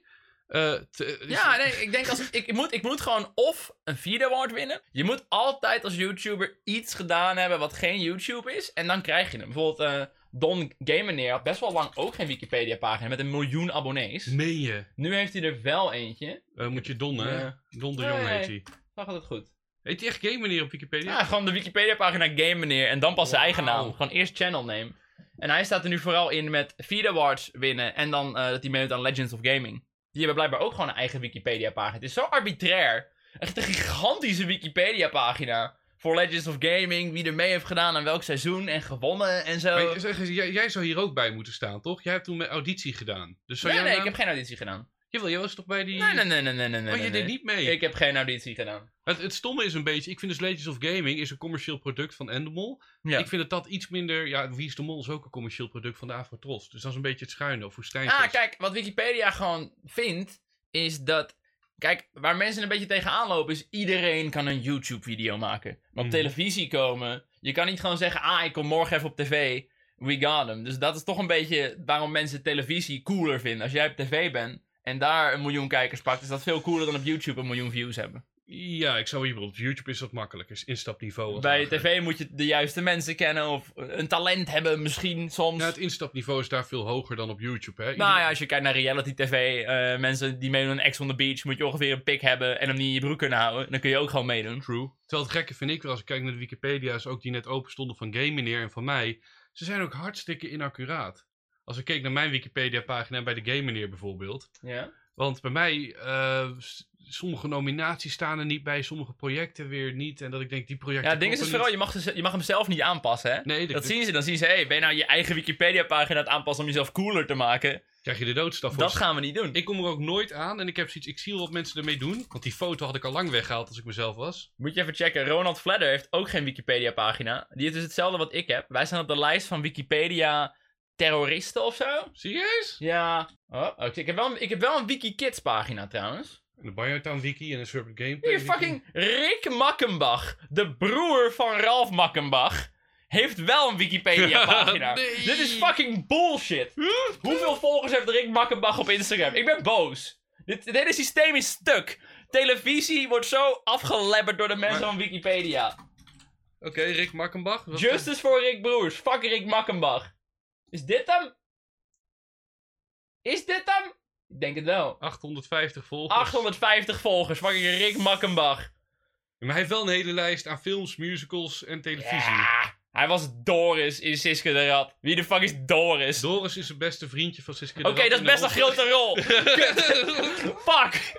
Ik denk ik moet gewoon of een Feed Award winnen. Je moet altijd als YouTuber iets gedaan hebben wat geen YouTube is. En dan krijg je hem. Bijvoorbeeld Don Gamerneer had best wel lang ook geen Wikipedia-pagina met 1 miljoen abonnees. Meen je? Nu heeft hij er wel eentje. Moet je Don, hè? Don de Jong heet hij. Zag het goed. Heet hij echt Gamerneer op Wikipedia? Ja, gewoon de Wikipedia-pagina Gamerneer en dan pas zijn eigen naam. Gewoon eerst channel name. En hij staat er nu vooral in met Feed Awards winnen en dan dat hij meedoet aan Legends of Gaming. Die hebben blijkbaar ook gewoon een eigen Wikipedia-pagina. Het is zo arbitrair. Echt een gigantische Wikipedia-pagina. Voor Legends of Gaming, wie er mee heeft gedaan aan welk seizoen en gewonnen en zo. Maar, jij zou hier ook bij moeten staan, toch? Jij hebt toen met auditie gedaan. Dus nee, ik heb geen auditie gedaan. Jawel, jij was toch bij die... Nee. Oh, je deed niet mee? Ik heb geen auditie gedaan. Het stomme is een beetje, ik vind dus Legends of Gaming is een commercieel product van Endemol. Ja. Ik vind dat iets minder, ja, Wie is de Mol is ook een commercieel product van de Afrotros. Dus dat is een beetje het schuine of woestijntjes. Kijk, wat Wikipedia gewoon vindt, is dat... Kijk, waar mensen een beetje tegenaan lopen is... Iedereen kan een YouTube-video maken. Maar op televisie komen... Je kan niet gewoon zeggen... ik kom morgen even op tv. We got him. Dus dat is toch een beetje waarom mensen televisie cooler vinden. Als jij op tv bent en daar 1 miljoen kijkers pakt... is dat veel cooler dan op YouTube 1 miljoen views hebben. Ja, ik zou hier op YouTube is dat makkelijker. Instapniveau. Bij tv moet je de juiste mensen kennen of een talent hebben misschien soms. Ja, het instapniveau is daar veel hoger dan op YouTube, hè? Nou ja, als je kijkt naar reality tv, mensen die meedoen aan Ex on the Beach, moet je ongeveer een pik hebben en hem niet in je broek kunnen houden. Dan kun je ook gewoon meedoen. True. Terwijl het gekke vind ik weer, als ik kijk naar de Wikipedia's, ook die net open stonden van Game Meneer en van mij, ze zijn ook hartstikke inaccuraat. Als ik keek naar mijn Wikipedia-pagina bij de Game Meneer bijvoorbeeld. Ja. Want bij mij, sommige nominaties staan er niet bij, sommige projecten weer niet. En dat ik denk, die projecten... Ja, het ding is dus vooral, je mag hem zelf niet aanpassen, hè? Nee, dat zien ze. Dan zien ze, hey, ben je nou je eigen Wikipedia-pagina aan het aanpassen om jezelf cooler te maken? Krijg je de doodstraf voor. Dat gaan we niet doen. Ik kom er ook nooit aan en ik zie wel wat mensen ermee doen. Want die foto had ik al lang weggehaald als ik mezelf was. Moet je even checken. Ronald Fledder heeft ook geen Wikipedia-pagina. Die heeft dus hetzelfde wat ik heb. Wij staan op de lijst van Wikipedia-terroristen of zo. Serieus? Ja. Oh, ik heb wel een WikiKids-pagina trouwens. De Biotown Wiki en een Serpent Game. Hier, fucking Rick Makkenbach, de broer van Ralf Makkenbach, heeft wel een Wikipedia-pagina. Nee. Dit is fucking bullshit. Hoeveel volgers heeft Rick Makkenbach op Instagram? Ik ben boos. Dit hele systeem is stuk. Televisie wordt zo afgelebberd door de mensen van Wikipedia. Oké, Rick Makkenbach. Justice voor Rick Broers. Fuck Rick Makkenbach. Is dit hem? Is dit hem? Ik denk het wel. 850 volgers. 850 volgers. Fucking Rick Makkenbach. Ja, maar hij heeft wel een hele lijst aan films, musicals en televisie. Ja, hij was Doris in Siske de Rat. Wie de fuck is Doris? Doris is het beste vriendje van Siske de Rat. Oké, dat is best een grote rol. Fuck.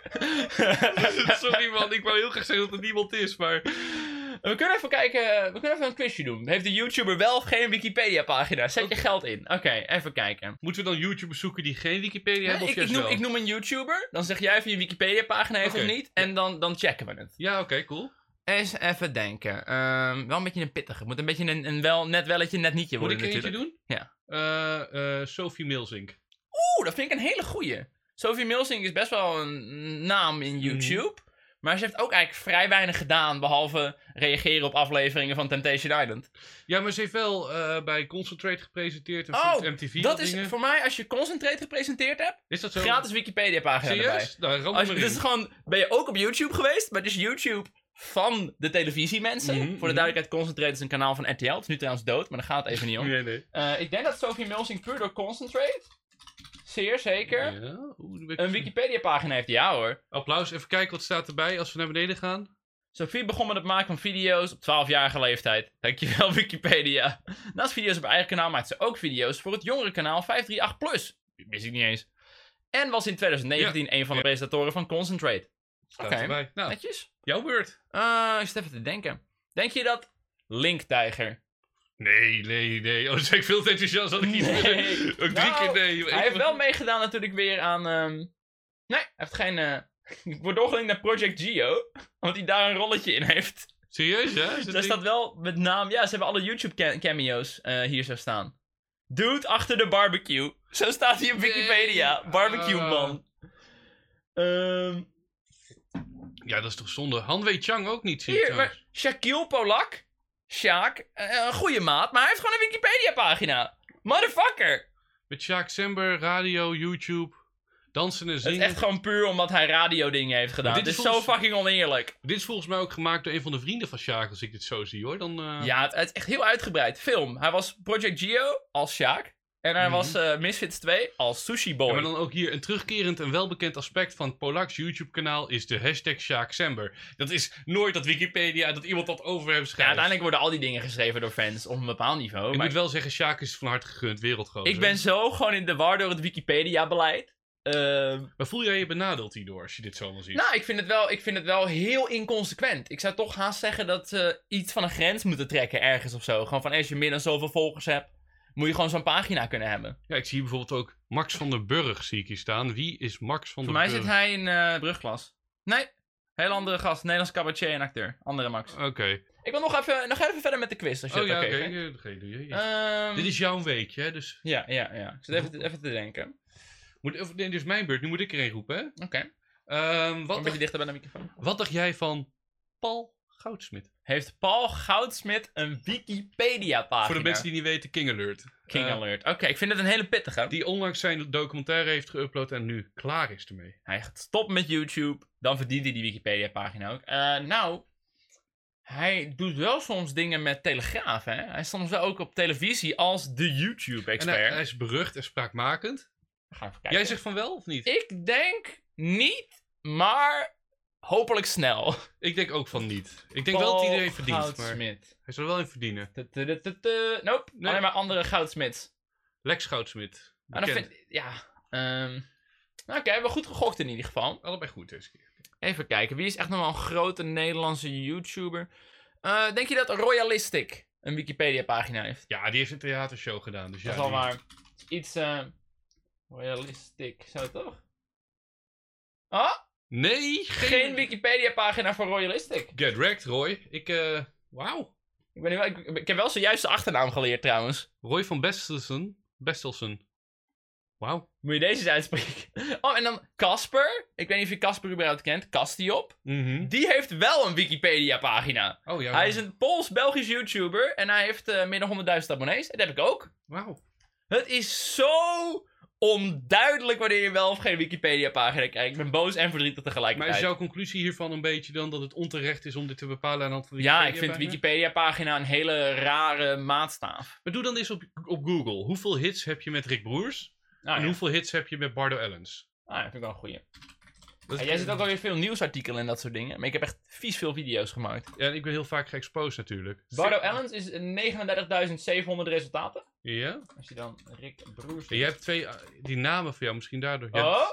Sorry man, ik wou heel graag zeggen dat er niemand is, maar... We kunnen even kijken, we kunnen even een quizje doen. Heeft de YouTuber wel of geen Wikipedia-pagina? Zet je geld in. Oké, even kijken. Moeten we dan YouTubers zoeken die geen Wikipedia hebben of juist wel? Ik noem een YouTuber. Dan zeg jij of je een Wikipedia-pagina heeft of niet. En dan checken we het. Ja, oké, cool. Eens even denken. Wel een beetje een pittige. Het moet een beetje een net welletje, net nietje worden natuurlijk. Moet ik eentje doen? Ja. Sophie Milzink. Dat vind ik een hele goeie. Sophie Milzink is best wel een naam in YouTube. Maar ze heeft ook eigenlijk vrij weinig gedaan, behalve reageren op afleveringen van Temptation Island. Ja, maar ze heeft wel bij Concentrate gepresenteerd en MTV. Dat is voor mij, als je Concentrate gepresenteerd hebt, is dat zo? Gratis Wikipedia-pagina erbij. Nou, dus gewoon, ben je ook op YouTube geweest, maar het is YouTube van de televisiemensen. Voor de duidelijkheid, Concentrate is een kanaal van RTL. Het is nu trouwens dood, maar daar gaat het even niet om. Nee. Ik denk dat Sophie Milzink puur door Concentrate... Zeer zeker. Ja, een Wikipedia-pagina heeft, ja hoor. Applaus, even kijken wat staat erbij als we naar beneden gaan. Sophie begon met het maken van video's op 12-jarige leeftijd. Dankjewel Wikipedia. Naast video's op haar eigen kanaal maakt ze ook video's voor het jongere kanaal 538+. Wist ik niet eens. En was in 2019 een van de presentatoren van Concentrate. Oké, erbij. Nou, netjes. Jouw beurt. Ik zit even te denken. Denk je dat Link-tijger... Nee. Oh, dat zeg ik veel te enthousiast. Had ik niet willen. Ook 3 keer nee. Hij heeft wel meegedaan natuurlijk weer aan... Nee, hij heeft geen... Ik word doorgelinkt naar Project Geo. Omdat hij daar een rolletje in heeft. Serieus, ja? Daar staat wel met naam... Ja, ze hebben alle YouTube cameo's hier zo staan. Dude achter de barbecue. Zo staat hij op Wikipedia. Barbecue man. Ja, dat is toch zonde. Han Wei Chang ook niet, zie hier, maar Shaquille Polak... Sjaak, een goede maat, maar hij heeft gewoon een Wikipedia-pagina. Motherfucker! Met Sjaak Sember, radio, YouTube, dansen en zingen. Het is echt gewoon puur omdat hij radio-dingen heeft gedaan. Dit is zo fucking oneerlijk. Dit is volgens mij ook gemaakt door een van de vrienden van Sjaak, als ik dit zo zie hoor. Dan, Ja, het is echt heel uitgebreid. Film. Hij was Project Geo als Sjaak. En hij was Misfits 2 als Sushi Boy. Ja, maar dan ook hier een terugkerend en welbekend aspect van Polaks YouTube-kanaal is de hashtag Sjaak Sember. Dat is nooit dat Wikipedia, dat iemand dat over hem schrijft. Ja, uiteindelijk worden al die dingen geschreven door fans op een bepaald niveau. Ik moet wel zeggen, Sjaak is van harte gegund, wereldgroot. Ik ben zo gewoon in de war door het Wikipedia-beleid. Maar voel jij je benadeeld hierdoor als je dit zo ziet? Nou, ik vind het wel heel inconsequent. Ik zou toch haast zeggen dat ze iets van een grens moeten trekken ergens of zo. Gewoon van als je meer dan zoveel volgers hebt, moet je gewoon zo'n pagina kunnen hebben. Ja, ik zie hier bijvoorbeeld ook Max van der Burg zie ik hier staan. Wie is Max van Voor der mij Burg? zit hij in brugklas. Nee, heel andere gast. Nederlands cabaretier en acteur. Andere Max. Oké. Ik wil nog even verder met de quiz, als je Oh dat ja, oké oké. vindt. Doe je. Ehm, Dit is jouw weekje, hè? Dus, Ja. Ik zit even te denken. dit is mijn beurt. Nu moet ik er een roepen, hè? Oké. Wat, Een beetje dacht, dichter bij de microfoon. wat dacht jij van Paul Goudsmit? Heeft Paul Goudsmit een Wikipedia-pagina? Voor de mensen die niet weten, King Alert. King Alert. Oké, ik vind het een hele pittige. Die onlangs zijn documentaire heeft geüpload en nu klaar is ermee. Hij gaat stoppen met YouTube, dan verdient hij die Wikipedia-pagina ook. Nou, hij doet wel soms dingen met Telegraaf, hè. Hij is soms wel ook op televisie als de En YouTube-expert. hij is berucht en spraakmakend. We gaan even kijken. Jij zegt van wel of niet? Ik denk niet, maar hopelijk snel. Ik denk ook van niet. Ik denk wel dat iedereen verdient, maar Goudsmit. hij zal er wel in verdienen. Nope, Nee. alleen maar andere Goudsmits. Lex Goudsmit. Maar dan Bekend. vind ja. Oké, hebben we goed gegokt in ieder geval. Allebei goed deze keer. Even kijken, wie is echt nog wel een grote Nederlandse YouTuber? Denk je dat Royalistic een Wikipedia-pagina heeft? Ja, die heeft een theatershow gedaan. Dus Dat ja, is al die- maar iets Royalistic, zo toch? Oh, Nee, geen Wikipedia-pagina voor Royalistic. Get wrecked, Roy. Wauw. Ik heb wel zojuist de achternaam geleerd trouwens. Roy van Bestelsen. Wauw. Moet je deze eens uitspreken? Oh, en dan Casper. Ik weet niet of je Casper überhaupt kent. Castiop. Mhm. Die heeft wel een Wikipedia-pagina. Oh ja. Hij is een Pools-Belgisch YouTuber en hij heeft meer dan 100.000 abonnees. Dat heb ik ook. Wauw. Het is zo onduidelijk wanneer je wel of geen Wikipedia-pagina krijgt. Ik ben boos en verdrietig Maar tegelijkertijd. is jouw conclusie hiervan een beetje dan dat het onterecht is om dit te bepalen aan de hand van de Ja, ik Wikipedia-pagina? vind Wikipedia-pagina een hele rare maatstaaf. Maar doe dan eens op Google. Hoeveel hits heb je met Rick Broers? Ah, En ja. hoeveel hits heb je met Bardo Ellens? Ah, ja, vind ik wel een goeie. Dat Ja, jij zit ook alweer veel nieuwsartikelen en dat soort dingen. Maar ik heb echt vies veel video's gemaakt. Ja, en ik ben heel vaak geëxposed natuurlijk. Bardo Ellens is 39.700 resultaten. Ja? Als je dan Rick Broers... En jij hebt die namen van jou misschien daardoor. Je Oh,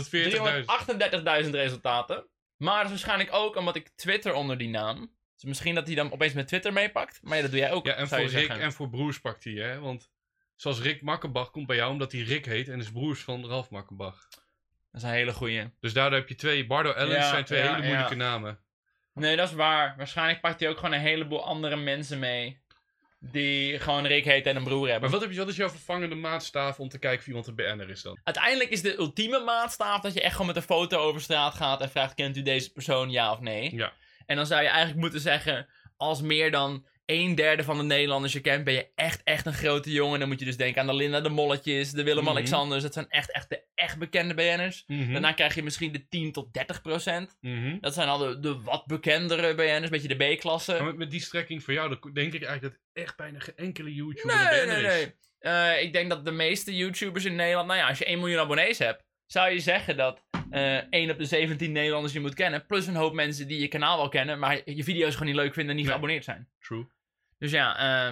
hebt 340.000. 338.000 resultaten. Maar dat is waarschijnlijk ook omdat ik Twitter onder die naam. Dus misschien dat hij dan opeens met Twitter meepakt. Maar ja, dat doe jij ook. Ja, en zou voor je Rick zeggen. en voor Broers pakt hij, hè? Want zoals Rick Makkenbach komt bij jou omdat hij Rick heet en is broers van Ralf Makkenbach. Dat is een hele goeie. Dus daardoor heb je twee. Bardo Ellens Ja, zijn twee ja, hele moeilijke ja. namen. Nee, dat is waar. Waarschijnlijk pakt hij ook gewoon een heleboel andere mensen mee. Die gewoon Rick heet en een broer hebben. Maar wat is jouw vervangende maatstaaf om te kijken of iemand een BN'er is dan? Uiteindelijk is de ultieme maatstaaf dat je echt gewoon met een foto over straat gaat en vraagt: kent u deze persoon, ja of nee? Ja. En dan zou je eigenlijk moeten zeggen: als meer dan 1/3 van de Nederlanders je kent, ben je echt een grote jongen. Dan moet je dus denken aan de Linda de Molletjes, de Willem-Alexanders. Dat zijn echt de bekende BN'ers. Mhm. Daarna krijg je misschien de 10 tot 30%. Mhm. Dat zijn al de wat bekendere BN'ers, een beetje de B-klasse. Maar met die strekking voor jou, dan denk ik eigenlijk dat echt bijna geen enkele YouTuber Nee, een BN'er is. ik denk dat de meeste YouTubers in Nederland... Nou ja, als je 1 miljoen abonnees hebt, zou je zeggen dat 1 op de 17 Nederlanders je moet kennen. Plus een hoop mensen die je kanaal wel kennen, maar je video's gewoon niet leuk vinden en niet Nee. geabonneerd zijn. True. Dus ja,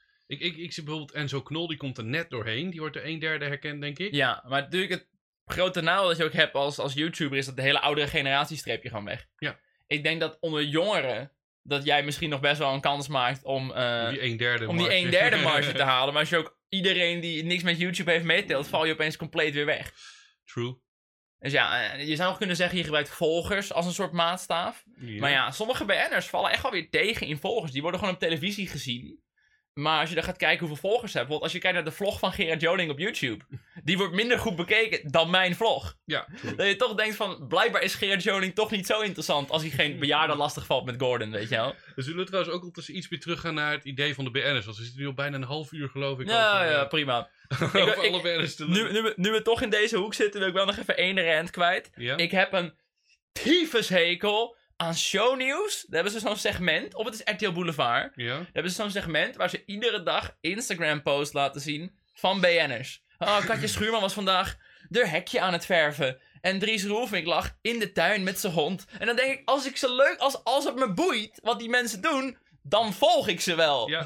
Ik zie bijvoorbeeld Enzo Knol, die komt er net doorheen. Die wordt er 1/3 herkend, denk ik. ja, maar natuurlijk het grote nadeel dat je ook hebt als YouTuber is dat de hele oudere generatie streep je gewoon weg. Ja. Ik denk dat onder jongeren, dat jij misschien nog best wel een kans maakt om Die 1/3 om die 1/3 marge te halen. Maar als je ook iedereen die niks met YouTube heeft meetelt, val je opeens compleet weer weg. True. Dus ja, je zou nog kunnen zeggen, je gebruikt volgers als een soort maatstaaf. Ja. Maar ja, sommige BN'ers vallen echt wel weer tegen in volgers. Die worden gewoon op televisie gezien. Maar als je dan gaat kijken hoeveel volgers ze hebben... Bijvoorbeeld als je kijkt naar de vlog van Gerard Joling op YouTube. Die wordt minder goed bekeken dan mijn vlog. Ja, true. Dat je toch denkt van... Blijkbaar is Gerard Joling toch niet zo interessant... als hij geen bejaarden lastig valt met Gordon, weet je wel. We zullen trouwens ook ondertussen iets meer teruggaan naar het idee van de BN'ers. Want we zitten nu al bijna een half uur, geloof ik. Ja, over, ja, prima. over alle BN'ers te Nu we toch in deze hoek zitten... wil ik wel nog even één rant kwijt. Ja? Ik heb een tyfushekel aan shownieuws. Daar hebben ze zo'n segment... Of het is RTL Boulevard... Ja? Daar hebben ze zo'n segment waar ze iedere dag Instagram-posts laten zien van BN'ers. Oh, Katja Schuurman was vandaag er hekje aan het verven. En Dries Roelvink lag in de tuin met zijn hond. En dan denk ik, als het me boeit wat die mensen doen, dan volg ik ze wel. Ja.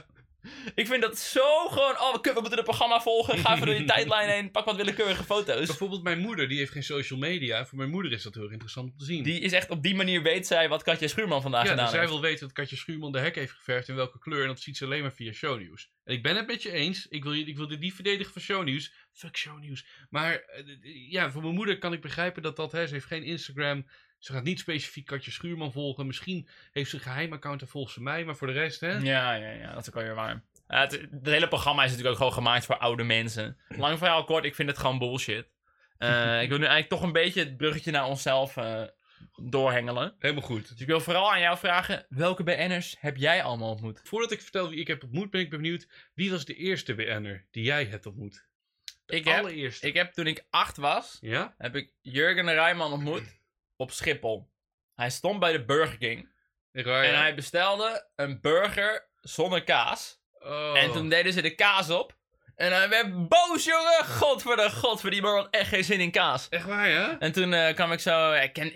Ik vind dat zo gewoon... Oh, we moeten het programma volgen. Ga even door je tijdlijn heen. Pak wat willekeurige foto's. Bijvoorbeeld mijn moeder, die heeft geen social media. Voor mijn moeder is dat heel erg interessant om te zien. Die is echt op die manier weet zij wat Katja Schuurman vandaag gedaan zij heeft. wil weten dat Katja Schuurman de hek heeft geverfd in welke kleur. En dat ziet ze alleen maar via shownieuws. En ik ben het met je eens. Ik wil dit niet verdedigen van shownieuws. Fuck shownieuws. Maar voor mijn moeder kan ik begrijpen dat ze heeft geen Instagram. Ze gaat niet specifiek Katja Schuurman volgen. Misschien heeft ze een geheim account en volgt ze mij. Maar voor de rest, hè? Ja, dat is ook alweer waar. Het hele programma is natuurlijk ook gewoon gemaakt voor oude mensen. Lang verhaal kort, ik vind het gewoon bullshit. Ik wil nu eigenlijk toch een beetje het bruggetje naar onszelf doorhengelen. Helemaal goed. Dus ik wil vooral aan jou vragen, welke BN'ers heb jij allemaal ontmoet? Voordat ik vertel wie ik heb ontmoet, ben ik benieuwd. Wie was de eerste BN'er die jij hebt ontmoet? Allereerste. Ik heb toen ik 8 was, Ja? heb ik Jurgen Rijman ontmoet op Schiphol. Hij stond bij de Burger King. En hij bestelde een burger zonder kaas. Oh. En toen deden ze de kaas op. En hij werd boos, jongen. Godver, die man had echt geen zin in kaas. Echt waar, ja? En toen kwam ik zo...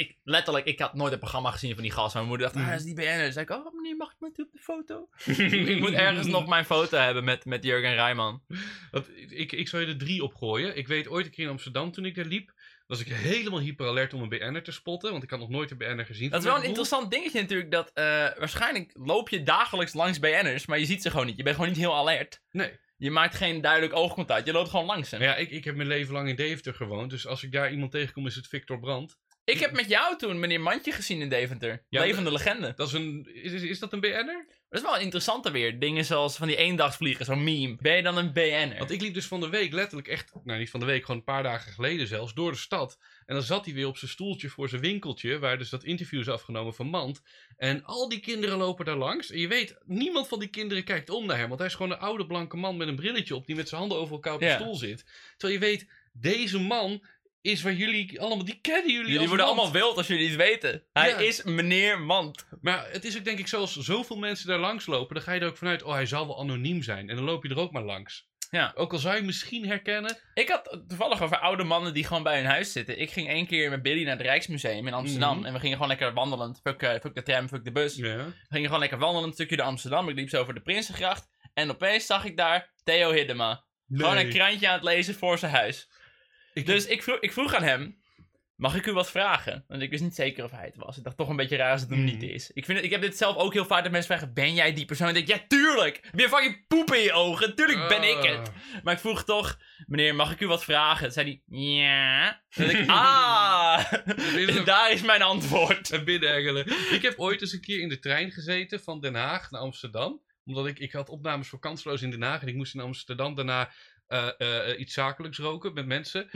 Ik had nooit het programma gezien van die gast. Maar mijn moeder dacht, dat is die BN'er. Dus zei ik, oh meneer, mag ik met u op de foto? Ik moet ergens nog mijn foto hebben met Jurgen Rijman. Want ik zou je er 3 opgooien. Ik weet ooit een keer in Amsterdam toen ik daar liep. Was ik helemaal hyperalert om een BN'er te spotten. Want ik had nog nooit een BN'er gezien. Dat is wel een interessant dingetje natuurlijk. Dat waarschijnlijk loop je dagelijks langs BN'ers. Maar je ziet ze gewoon niet. Je bent gewoon niet heel alert. Nee. Je maakt geen duidelijk oogcontact. Je loopt gewoon langs hem. Maar ja, ik heb mijn leven lang in Deventer gewoond. Dus als ik daar iemand tegenkom, is het Victor Brandt. Ik heb met jou toen meneer Mandje gezien in Deventer. Ja, levende legende. Dat is dat een BN'er? Dat is wel interessant weer. Dingen zoals van die eendagsvliegen, zo'n meme. Ben je dan een BN'er? Want ik liep dus van de week letterlijk echt... Nou, niet van de week, gewoon een paar dagen geleden zelfs. Door de stad. En dan zat hij weer op zijn stoeltje voor zijn winkeltje. Waar dus dat interview is afgenomen van Mand. En al die kinderen lopen daar langs. En je weet, niemand van die kinderen kijkt om naar hem. Want hij is gewoon een oude blanke man met een brilletje op. Die met zijn handen over elkaar op de stoel zit. Terwijl je weet, deze man... is waar jullie allemaal, die kennen jullie worden Mand. allemaal wild als jullie het weten. Hij is meneer Mand. Maar het is ook denk ik zoals zoveel mensen daar langs lopen, dan ga je er ook vanuit, hij zal wel anoniem zijn. En dan loop je er ook maar langs. Ja. Ook al zou je misschien herkennen. Ik had toevallig over oude mannen die gewoon bij hun huis zitten. Ik ging 1 keer met Billy naar het Rijksmuseum in Amsterdam. En we gingen gewoon lekker wandelend. Fuck de tram, fuck de bus. Ja. We gingen gewoon lekker wandelen een stukje door Amsterdam. Ik liep zo over de Prinsengracht. En opeens zag ik daar Theo Hiddema. Nee. Gewoon een krantje aan het lezen voor zijn huis. Dus ik vroeg aan hem, mag ik u wat vragen? Want ik wist niet zeker of hij het was. Ik dacht toch een beetje raar als het hem niet is. Ik heb dit zelf ook heel vaak dat mensen vragen, ben jij die persoon? En ik denk, ja tuurlijk! Heb je fucking poep in je ogen? Tuurlijk ben ik het! Maar ik vroeg toch, meneer, mag ik u wat vragen? Toen zei hij, ja. Toen dacht ik, daar is mijn antwoord. En binnenhengelen. Ik heb ooit eens een keer in de trein gezeten van Den Haag naar Amsterdam. Omdat ik had opnames voor Kansloos in Den Haag. En ik moest in Amsterdam daarna iets zakelijks roken met mensen.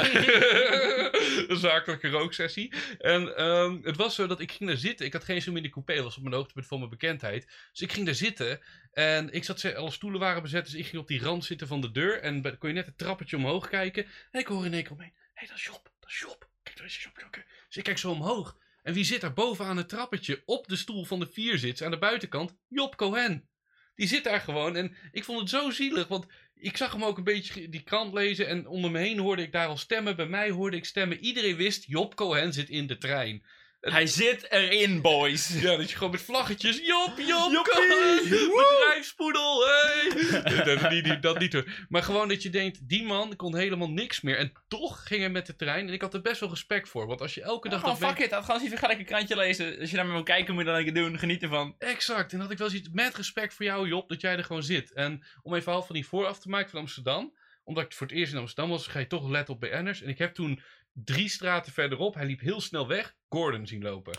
Een zakelijke rooksessie. En het was zo dat ik ging daar zitten. Ik had geen zin meer in de coupé. Dat was op mijn hoogtepunt van mijn bekendheid. Dus ik ging daar zitten. En alle stoelen waren bezet. Dus ik ging op die rand zitten van de deur. En kon je net het trappetje omhoog kijken. En ik hoor in één keer omheen. Hé, dat is Job. Dat is Job. Kijk, daar is Job. Dus ik kijk zo omhoog. En wie zit daar bovenaan het trappetje op de stoel van de 4 zit aan de buitenkant? Job Cohen. Die zit daar gewoon. En ik vond het zo zielig. Want ik zag hem ook een beetje die krant lezen. En om me heen hoorde ik daar al stemmen. Bij mij hoorde ik stemmen. Iedereen wist, Job Cohen zit in de trein. Hij zit erin, boys. Ja, dat je gewoon met vlaggetjes. Job Cohen. Bedrijfspoedel. Hey. Dat niet hoor. Maar gewoon dat je denkt, die man kon helemaal niks meer. En toch ging hij met de trein. En ik had er best wel respect voor. Want als je elke dag... Gewoon fuck it. Gewoon ga lekker een krantje lezen. Als je naar me wil kijken, moet je dan lekker doen. Geniet ervan. Exact. En dat had ik wel zoiets met respect voor jou, Job, dat jij er gewoon zit. En om even verhaal van die vooraf te maken van Amsterdam. Omdat ik voor het eerst in Amsterdam was, ga je toch letten op BN'ers. En ik heb toen 3 straten verderop, hij liep heel snel weg, Gordon zien lopen.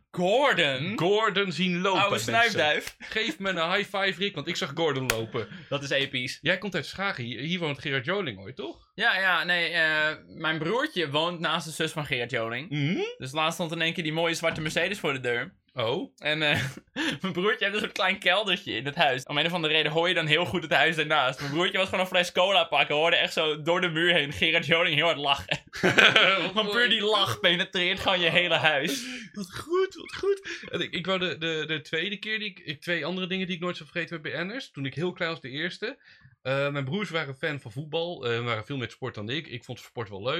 Gordon zien lopen. Oude snuifduif. Geef me een high five, Rick, want ik zag Gordon lopen. Dat is episch. Jij komt uit Schagen, hier woont Gerard Joling ooit, toch? Ja, nee, mijn broertje woont naast de zus van Gerard Joling. Dus laatst stond in één keer die mooie zwarte Mercedes voor de deur. Oh. En mijn broertje heeft een soort klein keldertje in het huis. Om een of andere reden hoor je dan heel goed het huis daarnaast. Mijn broertje was gewoon een fles cola pakken. Hoorde echt zo door de muur heen Gerard Joling heel hard lachen. Want puur die lach penetreert gewoon je hele huis. Wat goed. En ik wou de tweede keer, 2 andere dingen die ik nooit zou vergeten met BN'ers. Toen ik heel klein was, de eerste. Mijn broers waren fan van voetbal. Waren veel meer sport dan ik. Ik vond sport wel leuk.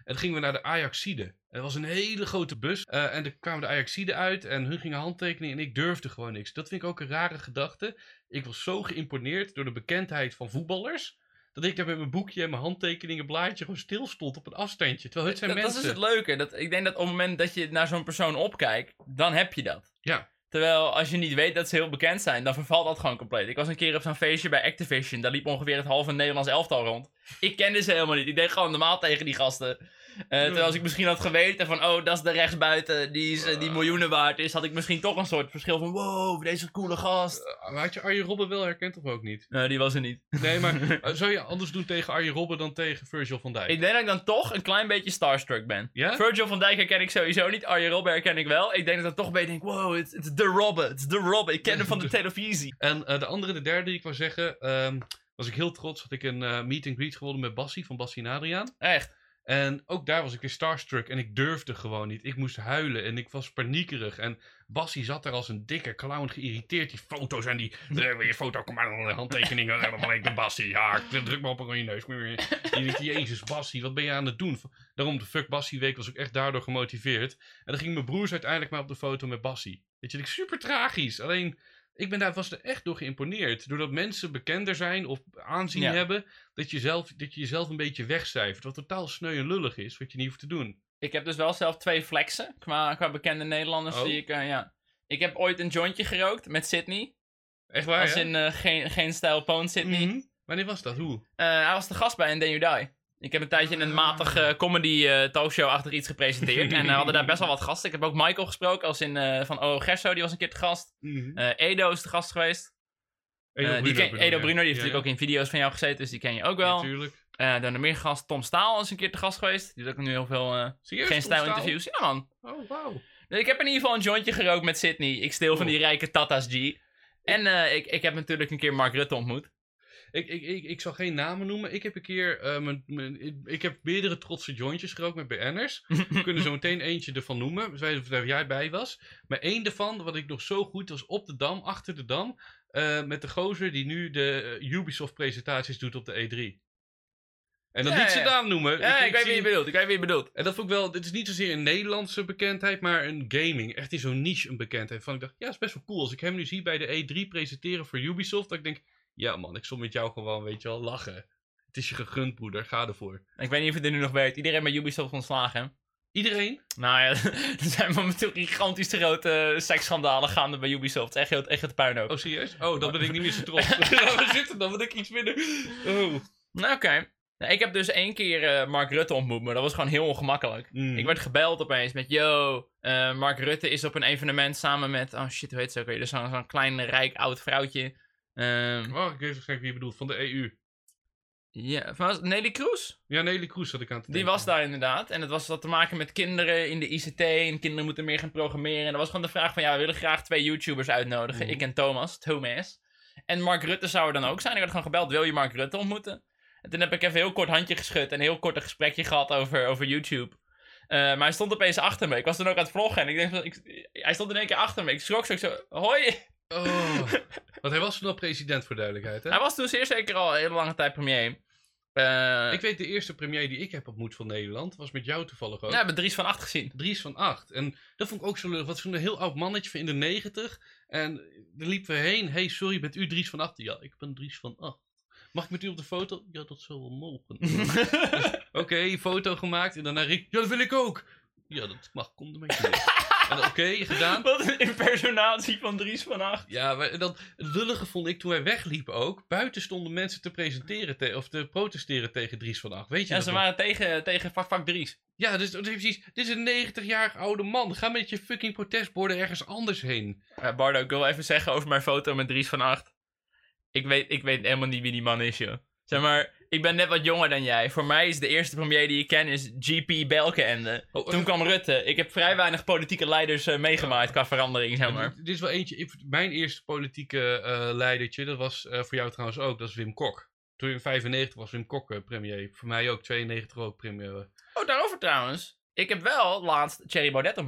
toen gingen we naar de Ajaxide. En dat was een hele grote bus. En er kwamen de Ajaxide uit en hun gingen handtekeningen en ik durfde gewoon niks. Dat vind ik ook een rare gedachte. Ik was zo geïmponeerd door de bekendheid van voetballers, dat ik daar met mijn boekje en mijn handtekeningenblaadje gewoon stil stond op een afstandje. Terwijl het zijn mensen. Dat is het leuke. Ik denk dat op het moment dat je naar zo'n persoon opkijkt, dan heb je dat. Ja. Terwijl als je niet weet dat ze heel bekend zijn, dan vervalt dat gewoon compleet. Ik was een keer op zo'n feestje bij Activision. Daar liep ongeveer het halve Nederlands elftal rond. Ik kende ze helemaal niet. Ik deed gewoon normaal tegen die gasten. Terwijl als ik misschien had geweten van, oh, dat is de rechtsbuiten die miljoenen waard is, had ik misschien toch een soort verschil van, wow, deze is een coole gast. Maar had je Arjen Robben wel herkend of ook niet? Nee, die was er niet. Nee, maar zou je anders doen tegen Arjen Robben dan tegen Virgil van Dijk? Ik denk dat ik dan toch een klein beetje starstruck ben. Ja? Virgil van Dijk herken ik sowieso niet. Arjen Robben herken ik wel. Ik denk dat ik dan toch bij denk, wow, het is de Robben. Het is de Robben. Ik ken hem van de televisie. En de derde die ik wou zeggen, was ik heel trots. Had ik een meet and greet gewonnen met Bassie, van Bassie en Adriaan. Echt. En ook daar was ik weer starstruck en ik durfde gewoon niet. Ik moest huilen en ik was paniekerig. En Bassie zat daar als een dikke clown geïrriteerd. Die foto's en je foto, kom maar, handtekeningen. Dan ik ben Bassie. Ja, druk me op in je neus. Jezus, Bassie, wat ben je aan het doen? Daarom de Fuck Bassie week was ik echt daardoor gemotiveerd. En dan gingen mijn broers uiteindelijk maar op de foto met Bassie. Weet je, super tragisch. Alleen, was er echt door geïmponeerd. Doordat mensen bekender zijn of aanzien hebben, dat je jezelf een beetje wegcijfert. Wat totaal sneu en lullig is, wat je niet hoeft te doen. Ik heb dus wel zelf 2 flexen qua bekende Nederlanders die ik, Ik heb ooit een jointje gerookt met Sydney. Echt waar, als in geen stijl Poon Sydney. Mm-hmm. Wanneer was dat? Hoe? Hij was de gast bij een Then You Die. Ik heb een tijdje in een matig comedy talkshow-achtig iets gepresenteerd. En we hadden daar best wel wat gasten. Ik heb ook Michael gesproken, als in van O. Gerso, die was een keer te gast. Mm-hmm. Edo is de gast geweest. Edo Bruno, die heeft natuurlijk ook in video's van jou gezeten, dus die ken je ook wel. Natuurlijk. Dan de meer gast, Tom Staal is een keer te gast geweest. Die doet ook nu heel veel geen stijl-interviews. Ja, man. Oh, wauw. Ik heb in ieder geval een jointje gerookt met Sydney. Ik steel van die rijke Tata's G. En ik heb natuurlijk een keer Mark Rutte ontmoet. Ik zal geen namen noemen. Ik heb een keer ik heb meerdere trotse jointjes gerookt met BN'ers. We kunnen zo meteen eentje ervan noemen. Waar jij bij was. Maar één ervan, wat ik nog zo goed was, op de Dam, achter de Dam. Met de gozer die nu de Ubisoft presentaties doet op de E3. En dan niet zijn naam noemen. Ja, ik weet wie je bedoelt. En dat vond ik wel, dit is niet zozeer een Nederlandse bekendheid, maar een gaming. Echt in zo'n niche een bekendheid. Van ik dacht, ja, is best wel cool. Als ik hem nu zie bij de E3 presenteren voor Ubisoft, dat ik denk, ja man, ik zal met jou gewoon, weet je wel, lachen. Het is je gegund, broeder. Ga ervoor. Ik weet niet of je er nu nog weet. Iedereen bij Ubisoft ontslagen, hè? Iedereen? Nou ja, er zijn momenteel gigantisch grote seksschandalen gaande bij Ubisoft. Echt het puinhoop. Oh, serieus? Oh, dan ben ik niet meer zo trots. We zitten dan, wat ik iets minder. Oh. Nou, oké. Nou, ik heb dus 1 keer Mark Rutte ontmoet, maar dat was gewoon heel ongemakkelijk. Ik werd gebeld opeens met, Mark Rutte is op een evenement samen met, oh shit, hoe heet ze ook weer? Dus zo'n klein, rijk, oud vrouwtje. Ik weet waarschijnlijk wie je bedoelt, van de EU. Ja, was Nelly Kroes? Ja, Nelly Kroes had ik aan het denken. Die was daar inderdaad. En dat had te maken met kinderen in de ICT. En kinderen moeten meer gaan programmeren. En dat was gewoon de vraag van, we willen graag 2 YouTubers uitnodigen. Ik en Thomas. En Mark Rutte zou er dan ook zijn. Ik had gewoon gebeld, wil je Mark Rutte ontmoeten? En toen heb ik even heel kort handje geschud en een heel kort een gesprekje gehad over YouTube. Maar hij stond opeens achter me. Ik was toen ook aan het vloggen en ik denk, hij stond in 1 keer achter me. Ik schrok zo, hoi! Oh, want hij was toen al president, voor duidelijkheid, hè? Hij was toen zeer zeker al een hele lange tijd premier. Ik weet, de eerste premier die ik heb ontmoet van Nederland was met jou toevallig ook. Ja, we hebben Dries van 8 gezien. Dries van 8. En dat vond ik ook zo leuk. Wat zo'n heel oud mannetje van in de 90. En daar liepen we heen. Hey, sorry, bent u Dries van 8? Ja, ik ben Dries van 8. Mag ik met u op de foto? Ja, dat zou wel mogen. Oké, foto gemaakt. En daarna riep ja, dat wil ik ook. Ja, dat mag. Kom er maar mee. Oké, gedaan. Wat een impersonatie van Dries van 8. Ja, maar dan, het lullige vond ik toen wij wegliepen ook. Buiten stonden mensen te presenteren of te protesteren tegen Dries van 8. Weet je dat? Ja, ze waren tegen vak Dries. Ja, dus precies. Dit is een 90-jarige oude man. Ga met je fucking protestborden ergens anders heen. Bardo, ik wil even zeggen over mijn foto met Dries van 8. Ik weet helemaal niet wie die man is, joh. Zeg maar, ik ben net wat jonger dan jij. Voor mij is de eerste premier die ik ken is GP Balkenende. Toen kwam Rutte. Ik heb vrij weinig politieke leiders meegemaakt qua verandering, zeg maar. Dit is wel eentje. Mijn eerste politieke leidertje, dat was voor jou trouwens ook, dat is Wim Kok. Toen in 95 was Wim Kok premier. Voor mij ook, 92 ook premier. Oh, daarover trouwens. Ik heb wel laatst Thierry Baudet ontmoet.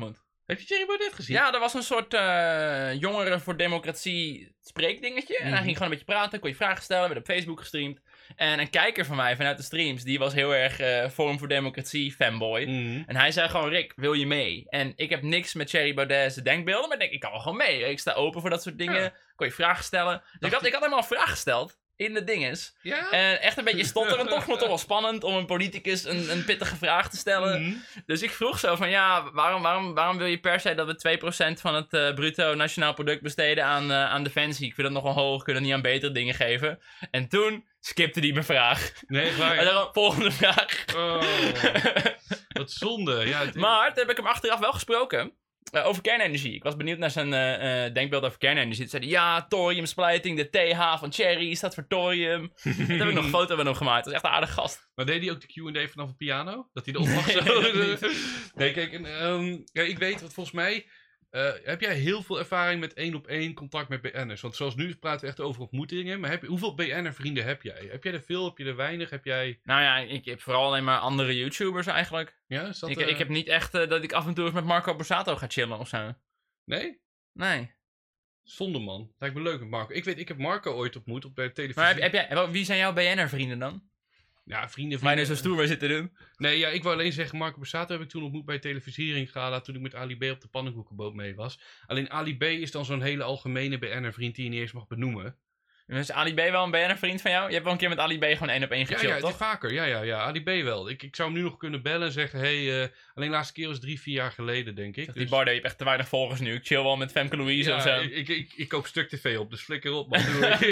Heb je Thierry Baudet gezien? Ja, er was een soort jongeren voor democratie spreekdingetje. En hij ging gewoon een beetje praten, kon je vragen stellen, werd op Facebook gestreamd. En een kijker van mij vanuit de streams, die was heel erg Forum voor Democratie fanboy. En hij zei gewoon, Rick, wil je mee? En ik heb niks met Thierry Baudet's denkbeelden, maar ik kan wel gewoon mee. Ik sta open voor dat soort dingen, kon je vragen stellen. Dus ik had helemaal een vraag gesteld. In de dinges. Ja? En echt een beetje stotterend, toch nog toch wel spannend om een politicus een pittige vraag te stellen. Dus ik vroeg zo van, ja, waarom wil je per se dat we 2% van het bruto nationaal product besteden aan defensie? Ik vind dat nog wel hoog, kunnen we niet aan betere dingen geven? En toen skipte hij mijn vraag. Nee, waar? En dan volgende vraag. Oh, wat zonde. Ja, Maar toen heb ik hem achteraf wel gesproken. Over kernenergie. Ik was benieuwd naar zijn denkbeeld over kernenergie. Toen zei hij, ja, thoriumsplijting, de TH van Thierry staat voor thorium. Toen heb ik nog een foto van hem gemaakt. Dat is echt een aardige gast. Maar deed hij ook de Q&A vanaf een piano? Dat hij de opdracht zo... Nee, kijk, ja, ik weet wat volgens mij... heb jij heel veel ervaring met 1-op-1 contact met BN'ers? Want zoals nu praten we echt over ontmoetingen. Maar hoeveel BN'er vrienden heb jij? Heb jij er veel? Heb je er weinig? Heb jij... Nou ja, ik heb vooral alleen maar andere YouTubers eigenlijk. Ja, is dat, ik heb niet echt dat ik af en toe eens met Marco Borsato ga chillen of zo. Nee? Nee. Zonde, man. Lijkt me leuk met Marco. Ik heb Marco ooit ontmoet op de televisie. Maar heb jij, wie zijn jouw BN'er vrienden dan? Ja, vrienden. Mij dus zo stoer mee zitten doen. Nee, ja, ik wou alleen zeggen, Marco Borsato heb ik toen ontmoet bij Televisiering Gala toen ik met Ali B op de pannenkoekenboot mee was. Alleen Ali B is dan zo'n hele algemene BN'er vriend die je niet eens mag benoemen. Is Ali B wel een BN'er vriend van jou? Je hebt wel een keer met Ali B gewoon 1-op-1 gechillt, ja, toch? Vaker. Ja. Ali B wel. Ik zou hem nu nog kunnen bellen en zeggen, alleen de laatste keer was 3-4 jaar geleden, denk ik. Die Bardo, je hebt echt te weinig volgers nu. Ik chill wel met Femke Louise of zo. Ik koop Stuk TV op, dus flikker op, man.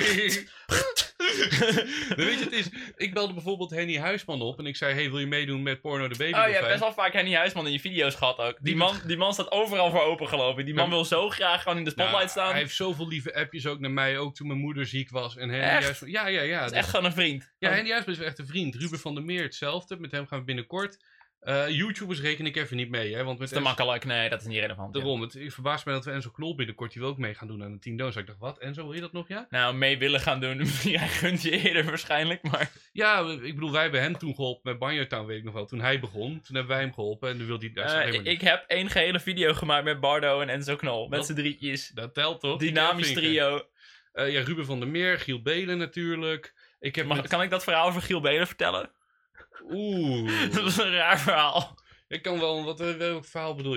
Weet je, het is... Ik belde bijvoorbeeld Henny Huisman op en ik zei, hey, wil je meedoen met Porno de Baby? Oh, je hebt best wel vaak Henny Huisman in je video's gehad ook. Die man staat overal voor open, geloof ik. Die man wil zo graag gewoon in de spotlight staan. Hij heeft zoveel lieve appjes ook naar mij, ook toen mijn moeder ziek was. En Henny Huisman... Ja. Dat is echt gewoon een vriend. Ja, Henny Huisman is echt een vriend. Ruben van der Meer hetzelfde. Met hem gaan we binnenkort. YouTubers reken ik even niet mee, hè. Want met dat is te makkelijk. Nee, dat is niet relevant. Daarom. Het verbaast mij dat we Enzo Knol binnenkort die wil ook mee gaan doen aan de 10 doos. Ik dacht, wat? Enzo, wil je dat nog, ja? Nou, mee willen gaan doen. Jij gunt je eerder waarschijnlijk, maar... Ja, ik bedoel, wij hebben hem toen geholpen met Banjo Town, weet ik nog wel. Toen hij begon, toen hebben wij hem geholpen en nu wil hij... ik heb 1 gehele video gemaakt met Bardo en Enzo Knol. Met z'n drietjes. Dat telt toch? Dynamisch trio. Ja, Ruben van der Meer, Giel Belen natuurlijk. Kan ik dat verhaal over Giel Belen vertellen? Oeh. Dat is een raar verhaal. Ik kan wel, welk verhaal bedoel je?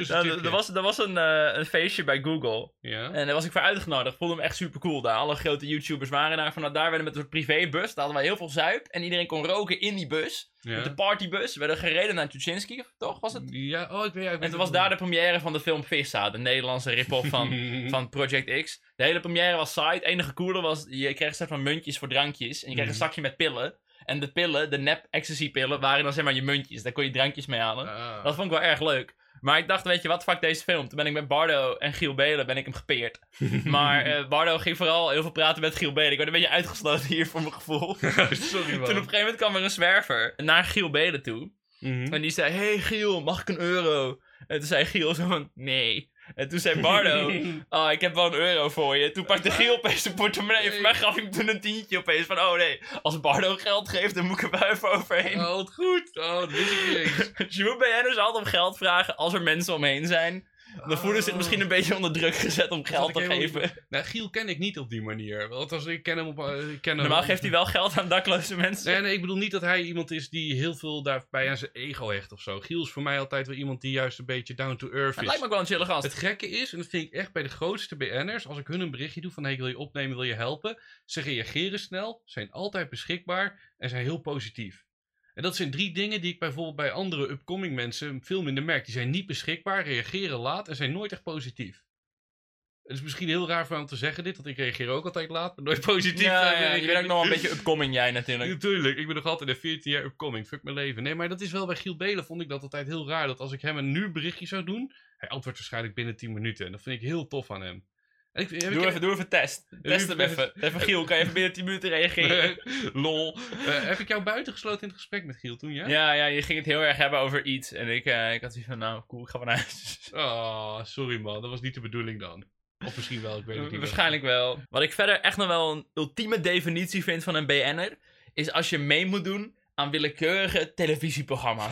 Er was een feestje bij Google. Ja. En daar was ik voor uitgenodigd. Voelde me echt super cool daar. Alle grote YouTubers waren daar. Vanuit daar werden we met een privébus. Daar hadden wij heel veel zuip. En iedereen kon roken in die bus. Ja. Met de partybus. We werden gereden naar Tuchinski, toch? Was het? Ja, ik weet en toen was daar de première van de film Vissa. De Nederlandse rip-off van Project X. De hele première was saai. Het enige coole was, je kreeg een soort van muntjes voor drankjes. En je kreeg een zakje met pillen. En de pillen, de nep ecstasy pillen, waren dan zeg maar je muntjes. Daar kon je drankjes mee halen. Dat vond ik wel erg leuk. Maar ik dacht, weet je wat, fuck deze film. Toen ben ik met Bardo en Giel Belen ben ik hem gepeerd. Maar Bardo ging vooral heel veel praten met Giel Belen. Ik werd een beetje uitgesloten hier voor mijn gevoel. Sorry, man. Toen op een gegeven moment kwam er een zwerver naar Giel Belen toe. En die zei, hey Giel, mag ik €1? En toen zei Giel zo van, nee. En toen zei Bardo, ik heb wel €1 voor je. Toen pakte Giel opeens zijn portemonnee. Voor mij gaf hij hem toen een tientje opeens. Van, oh nee, als Bardo geld geeft, dan moet ik er wel even overheen. Oh, wat goed. Oh, dat wist ik niet eens. Je moet BN'ers altijd om geld vragen als er mensen omheen zijn. Dan voelen ze zich misschien een beetje onder druk gezet om geld te geven. Nou, Giel ken ik niet op die manier. Want als ik ken hem op... Normaal geeft hij wel geld aan dakloze mensen. Nee, ik bedoel niet dat hij iemand is die heel veel daarbij aan zijn ego hecht of zo. Giel is voor mij altijd wel iemand die juist een beetje down to earth is. Het lijkt me ook wel een chille gast. Het gekke is, en dat vind ik echt bij de grootste BN'ers, als ik hun een berichtje doe van, hey, ik wil je opnemen, wil je helpen? Ze reageren snel, zijn altijd beschikbaar en zijn heel positief. En dat zijn 3 dingen die ik bijvoorbeeld bij andere upcoming mensen veel minder merk. Die zijn niet beschikbaar, reageren laat en zijn nooit echt positief. Het is misschien heel raar voor hem te zeggen dit, want ik reageer ook altijd laat, maar nooit positief. Ja, je bent ook nog wel een beetje upcoming jij natuurlijk. Natuurlijk, ik ben nog altijd een 14 jaar upcoming, fuck mijn leven. Nee, maar dat is wel bij Giel Belen, vond ik dat altijd heel raar. Dat als ik hem een nu berichtje zou doen, hij antwoordt waarschijnlijk binnen 10 minuten. En dat vind ik heel tof aan hem. Doe even test. Test hem even. Even Giel, kan je even binnen 10 minuten reageren? Lol. Heb ik jou buitengesloten in het gesprek met Giel toen, ja? Ja, je ging het heel erg hebben over iets. En ik had zoiets van, nou, cool, ik ga van huis. Oh, sorry man, dat was niet de bedoeling dan. Of misschien wel, ik weet het niet. Waarschijnlijk wel. Wat ik verder echt nog wel een ultieme definitie vind van een BN'er, is als je mee moet doen aan willekeurige televisieprogramma's.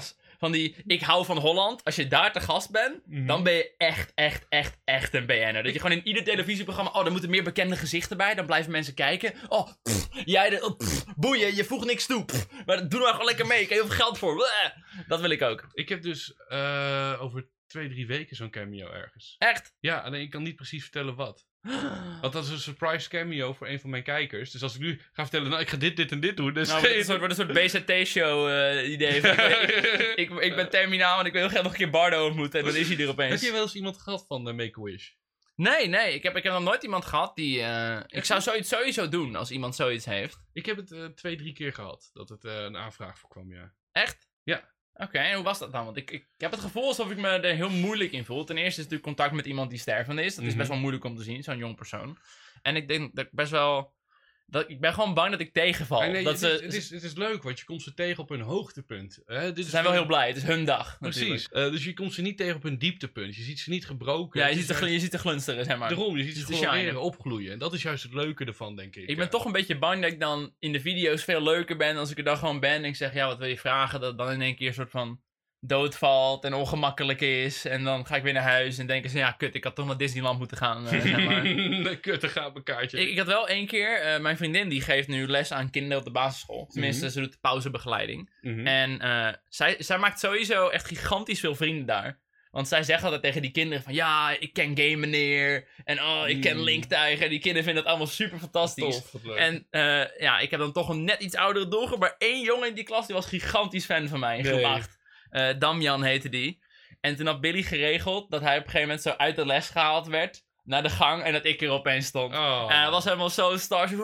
van die ik hou van Holland. Als je daar te gast bent, dan ben je echt een BN'er. Dat je gewoon in ieder televisieprogramma, oh, daar moeten meer bekende gezichten bij. Dan blijven mensen kijken. Oh, boeien, je voegt niks toe. Maar doe nou gewoon lekker mee, ik heb heel veel geld voor. Dat wil ik ook. Ik heb dus over 2-3 weken zo'n cameo ergens. Echt? Ja, alleen ik kan niet precies vertellen wat. Want dat is een surprise cameo voor een van mijn kijkers. Dus als ik nu ga vertellen, nou, ik ga dit en dit doen. Dus het wordt een soort BZT-show idee. Ik ben terminaal en ik wil heel graag nog een keer Bardo ontmoeten. En dan is hij er opeens. Heb je wel eens iemand gehad van Make-A-Wish? Nee. Ik heb nog nooit iemand gehad die... ik zou zoiets sowieso doen als iemand zoiets heeft. Ik heb het 2-3 keer gehad. Dat het een aanvraag voor kwam, ja. Echt? Ja. Oké, en hoe was dat dan? Want ik heb het gevoel alsof ik me er heel moeilijk in voel. Ten eerste is natuurlijk contact met iemand die stervende is. Dat is best wel moeilijk om te zien, zo'n jong persoon. En ik denk dat ik best wel... ik ben gewoon bang dat ik tegenval. Nee, dat het is leuk, want je komt ze tegen op hun hoogtepunt. Ze zijn wel heel blij, het is hun dag. Precies, dus je komt ze niet tegen op hun dieptepunt. Je ziet ze niet gebroken. Ja, je ziet de glunsteren, zeg maar. Daarom, je ziet ze gewoon weer opgloeien. En dat is juist het leuke ervan, denk ik. Ik ben toch een beetje bang dat ik dan in de video's veel leuker ben als ik er dan gewoon ben. En ik zeg, ja, wat wil je vragen? Dat dan in één keer een soort van doodvalt en ongemakkelijk is. En dan ga ik weer naar huis en denken ze, ja, kut, ik had toch naar Disneyland moeten gaan. Zeg maar. Kut, dan gaat mijn kaartje. Ik had wel één keer, mijn vriendin die geeft nu les aan kinderen op de basisschool. Tenminste, ze doet pauzebegeleiding. En zij maakt sowieso echt gigantisch veel vrienden daar. Want zij zegt altijd tegen die kinderen van, ja, ik ken Game Meneer. En oh, ik ken Link Tijger. Die kinderen vinden dat allemaal super fantastisch. Tof, leuk. En ja, ik heb dan toch een net iets oudere doelgroep. Maar één jongen in die klas, die was gigantisch fan van mij. Gelacht. Damian heette die. En toen had Billy geregeld dat hij op een gegeven moment zo uit de les gehaald werd. Naar de gang en dat ik er opeens stond. En hij was helemaal zo star.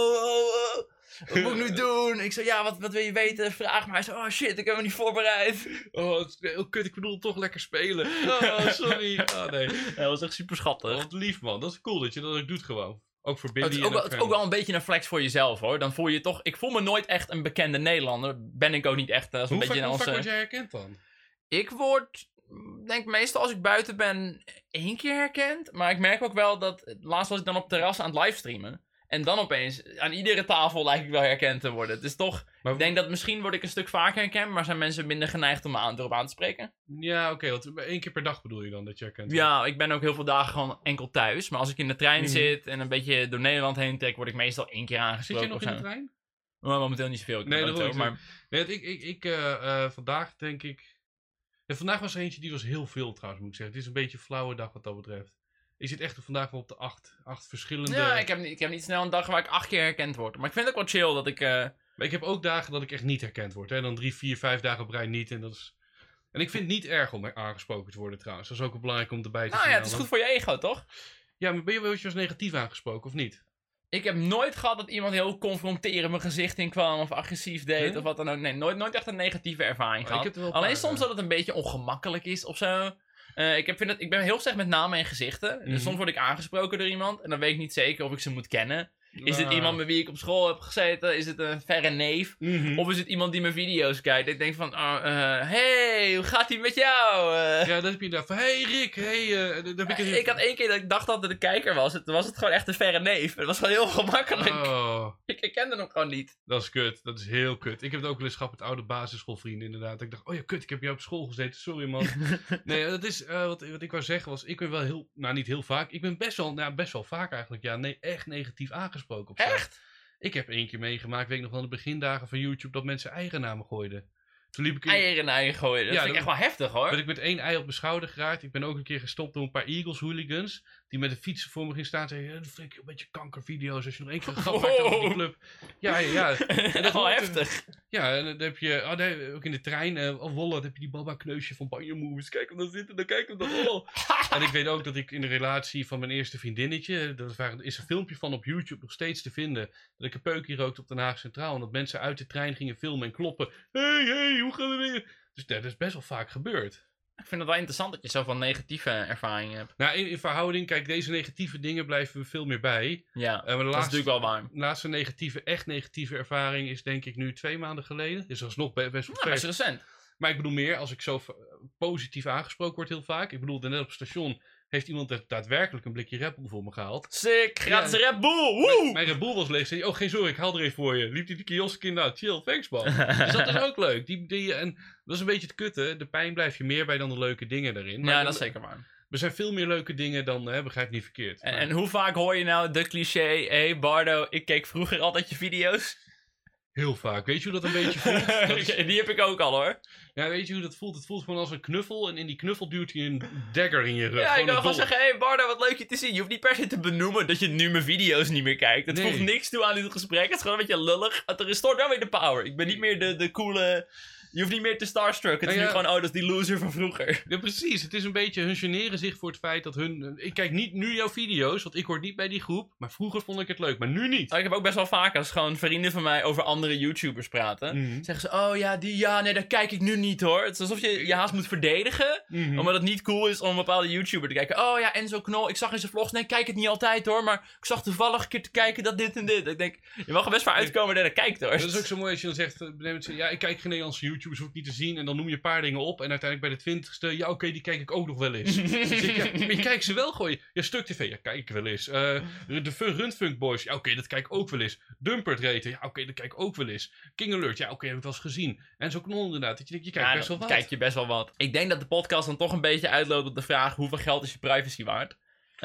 Wat moet ik nu doen? Ik zei, ja, wat wil je weten? Vraag me. Hij zei, oh shit, ik heb me niet voorbereid. Oh, kut, ik bedoel toch lekker spelen. Oh, sorry. Oh, nee. Dat was echt super schattig. Wat lief, man. Dat is cool dat je dat ook doet gewoon. Ook voor Billy. Het is ook wel een beetje een flex voor jezelf, hoor. Dan voel je toch... Ik voel me nooit echt een bekende Nederlander. Ben ik ook niet echt. Hoe vaak word jij herkend dan? Ik word... denk meestal als ik buiten ben 1 keer herkend. Maar ik merk ook wel dat... Laatst was ik dan op terras aan het livestreamen. En dan opeens, aan iedere tafel lijkt ik wel herkend te worden. Het is toch... Maar... Ik denk dat misschien word ik een stuk vaker herkend, maar zijn mensen minder geneigd om me erop aan te spreken. Ja, oké, want 1 keer per dag bedoel je dan dat je herkent wordt? Ja, ik ben ook heel veel dagen gewoon enkel thuis. Maar als ik in de trein zit en een beetje door Nederland heen trek, word ik meestal 1 keer aangesproken. Zit je nog in de trein? Maar momenteel niet zoveel. Nee, dat wil ik maar... Nee, vandaag denk ik... Ja, vandaag was er eentje, die was heel veel trouwens, moet ik zeggen. Het is een beetje een flauwe dag wat dat betreft. Ik zit echt vandaag wel op de 8 verschillende... Ja, ik heb niet snel een dag waar ik 8 keer herkend word. Maar ik vind het ook wel chill dat ik... Maar ik heb ook dagen dat ik echt niet herkend word. Hè? Dan 3, 4, 5 dagen op rij niet. En ik vind het niet erg om aangesproken te worden trouwens. Dat is ook wel belangrijk om erbij te zien. Ja, het is goed voor je ego, toch? Ja, maar ben je wel eens negatief aangesproken of niet? Ik heb nooit gehad dat iemand heel confronterend mijn gezicht in kwam of agressief deed of wat dan ook. Nee, nooit echt een negatieve ervaring gehad. Alleen soms dat het een beetje ongemakkelijk is of zo. Ik ben heel slecht met namen en gezichten. Dus soms word ik aangesproken door iemand en dan weet ik niet zeker of ik ze moet kennen. Is dit iemand met wie ik op school heb gezeten? Is het een verre neef? Of is het iemand die mijn video's kijkt? Ik denk van, hey, hoe gaat ie met jou? Ja, dan heb je daar van, hey Rick, ik had 1 keer dat ik dacht dat het een kijker was. Toen was het gewoon echt een verre neef. Het was gewoon heel gemakkelijk. Ik herkende hem gewoon niet. Dat is kut, dat is heel kut. Ik heb het ook wel eens gehad met oude basisschoolvrienden inderdaad. Ik dacht, oh ja kut, ik heb jou op school gezeten, sorry man. Nee, dat is, wat ik wou zeggen was, ik ben wel heel, nou niet heel vaak, ik ben best wel vaak eigenlijk, ja, nee, echt negatief aangesproken. Echt? Ik heb 1 keer meegemaakt, weet ik nog van de begindagen van YouTube, dat mensen eigen namen gooiden. Toen liep ik eigen gooien, dat vind ik echt wel heftig hoor. Ben ik met 1 ei op mijn schouder geraakt. Ik ben ook een keer gestopt door een paar Eagles hooligans. Die met de fietsen voor me gingen staan en zeiden, dat vind ik een beetje kankervideo's als je nog 1 keer een grap maakt over die club. Ja. En dat is wel heftig. Ja, en dan heb je, ook in de trein, Wolle, dan heb je die Baba Kneusje van Banjo Moves. Kijk hem dan zitten, dan kijk hem dan. En ik weet ook dat ik in de relatie van mijn eerste vriendinnetje, is een filmpje van op YouTube nog steeds te vinden, dat ik een peukje rookte op Den Haag Centraal en dat mensen uit de trein gingen filmen en kloppen. Hey, hoe gaan we weer? Dus dat is best wel vaak gebeurd. Ik vind het wel interessant dat je zoveel negatieve ervaringen hebt. Nou, in verhouding, kijk, deze negatieve dingen blijven we veel meer bij. Ja, maar dat is natuurlijk wel waar. De laatste echt negatieve ervaring is denk ik nu 2 maanden geleden. Dus dat is nog best wel vers. Best recent. Maar ik bedoel meer, als ik zo positief aangesproken word heel vaak. Ik bedoel, net op het station heeft iemand daadwerkelijk een blikje Red Bull voor me gehaald. Sick, gratis Red Bull, woe! Mijn Red Bull was leeg. Zei hij, oh geen zorg, ik haal er even voor je. Liep hij de kiosk in, nou chill, thanks man. Dus dat is ook leuk. En dat is een beetje het kutte. De pijn blijf je meer bij dan de leuke dingen daarin. Maar Ja, dat is zeker waar. er zijn veel meer leuke dingen dan, begrijp niet verkeerd. En hoe vaak hoor je nou de cliché, hey Bardo, ik keek vroeger altijd je video's? Heel vaak. Weet je hoe dat een beetje voelt? Die heb ik ook al hoor. Ja, weet je hoe dat voelt? Het voelt gewoon als een knuffel en in die knuffel duwt hij een dagger in je rug. Ja, ik kan een gewoon dolk. zeggen, hey Bardo, wat leuk je te zien. Je hoeft niet per se te benoemen dat je nu mijn video's niet meer kijkt. Het Nee. voegt niks toe aan dit gesprek. Het is gewoon een beetje lullig. Het restort wel weer de power. Ik ben niet meer de coole... Je hoeft niet meer te starstruck. Het is Ja, nu ja. gewoon, oh, dat is die loser van vroeger. Ja, precies. Het is een beetje, hun generen zich voor het feit dat ik kijk niet nu jouw video's, want ik hoor niet bij die groep. Maar vroeger vond ik het leuk, maar nu niet. Ik heb ook best wel vaak als gewoon vrienden van mij over andere YouTubers praten. Mhm. Zeggen ze, oh ja, nee, dat kijk ik nu niet hoor. Het is alsof je je haast moet verdedigen. Mhm. Omdat het niet cool is om een bepaalde YouTuber te kijken. Oh ja, Enzo Knol, ik zag in zijn vlogs. Nee, ik kijk het niet altijd hoor. Maar ik zag toevallig een keer te kijken dat dit en dit. Ik denk, je mag er best voor uitkomen dat je kijkt hoor. Dat is ook zo mooi als je dan zegt, ja, ik kijk geen Nederlandse YouTubers, hoef ik niet te zien. En dan noem je een paar dingen op. En uiteindelijk bij de 20ste, ja oké, die kijk ik ook nog wel eens. Dan zeg ik, ja, maar je kijkt ze wel gewoon. Ja, Stuk TV, ja, kijk ik wel eens. De Rundfunk Boys, ja oké, dat kijk ik ook wel eens. Dumpert Reten, ja oké, dat kijk ik ook wel eens. King Alert, ja oké, heb ik wel eens gezien. En zo Knol inderdaad, dat je denkt, je kijkt best wel dan wat. kijk je best wel wat. Ik denk dat de podcast dan toch een beetje uitloopt op de vraag, hoeveel geld is je privacy waard?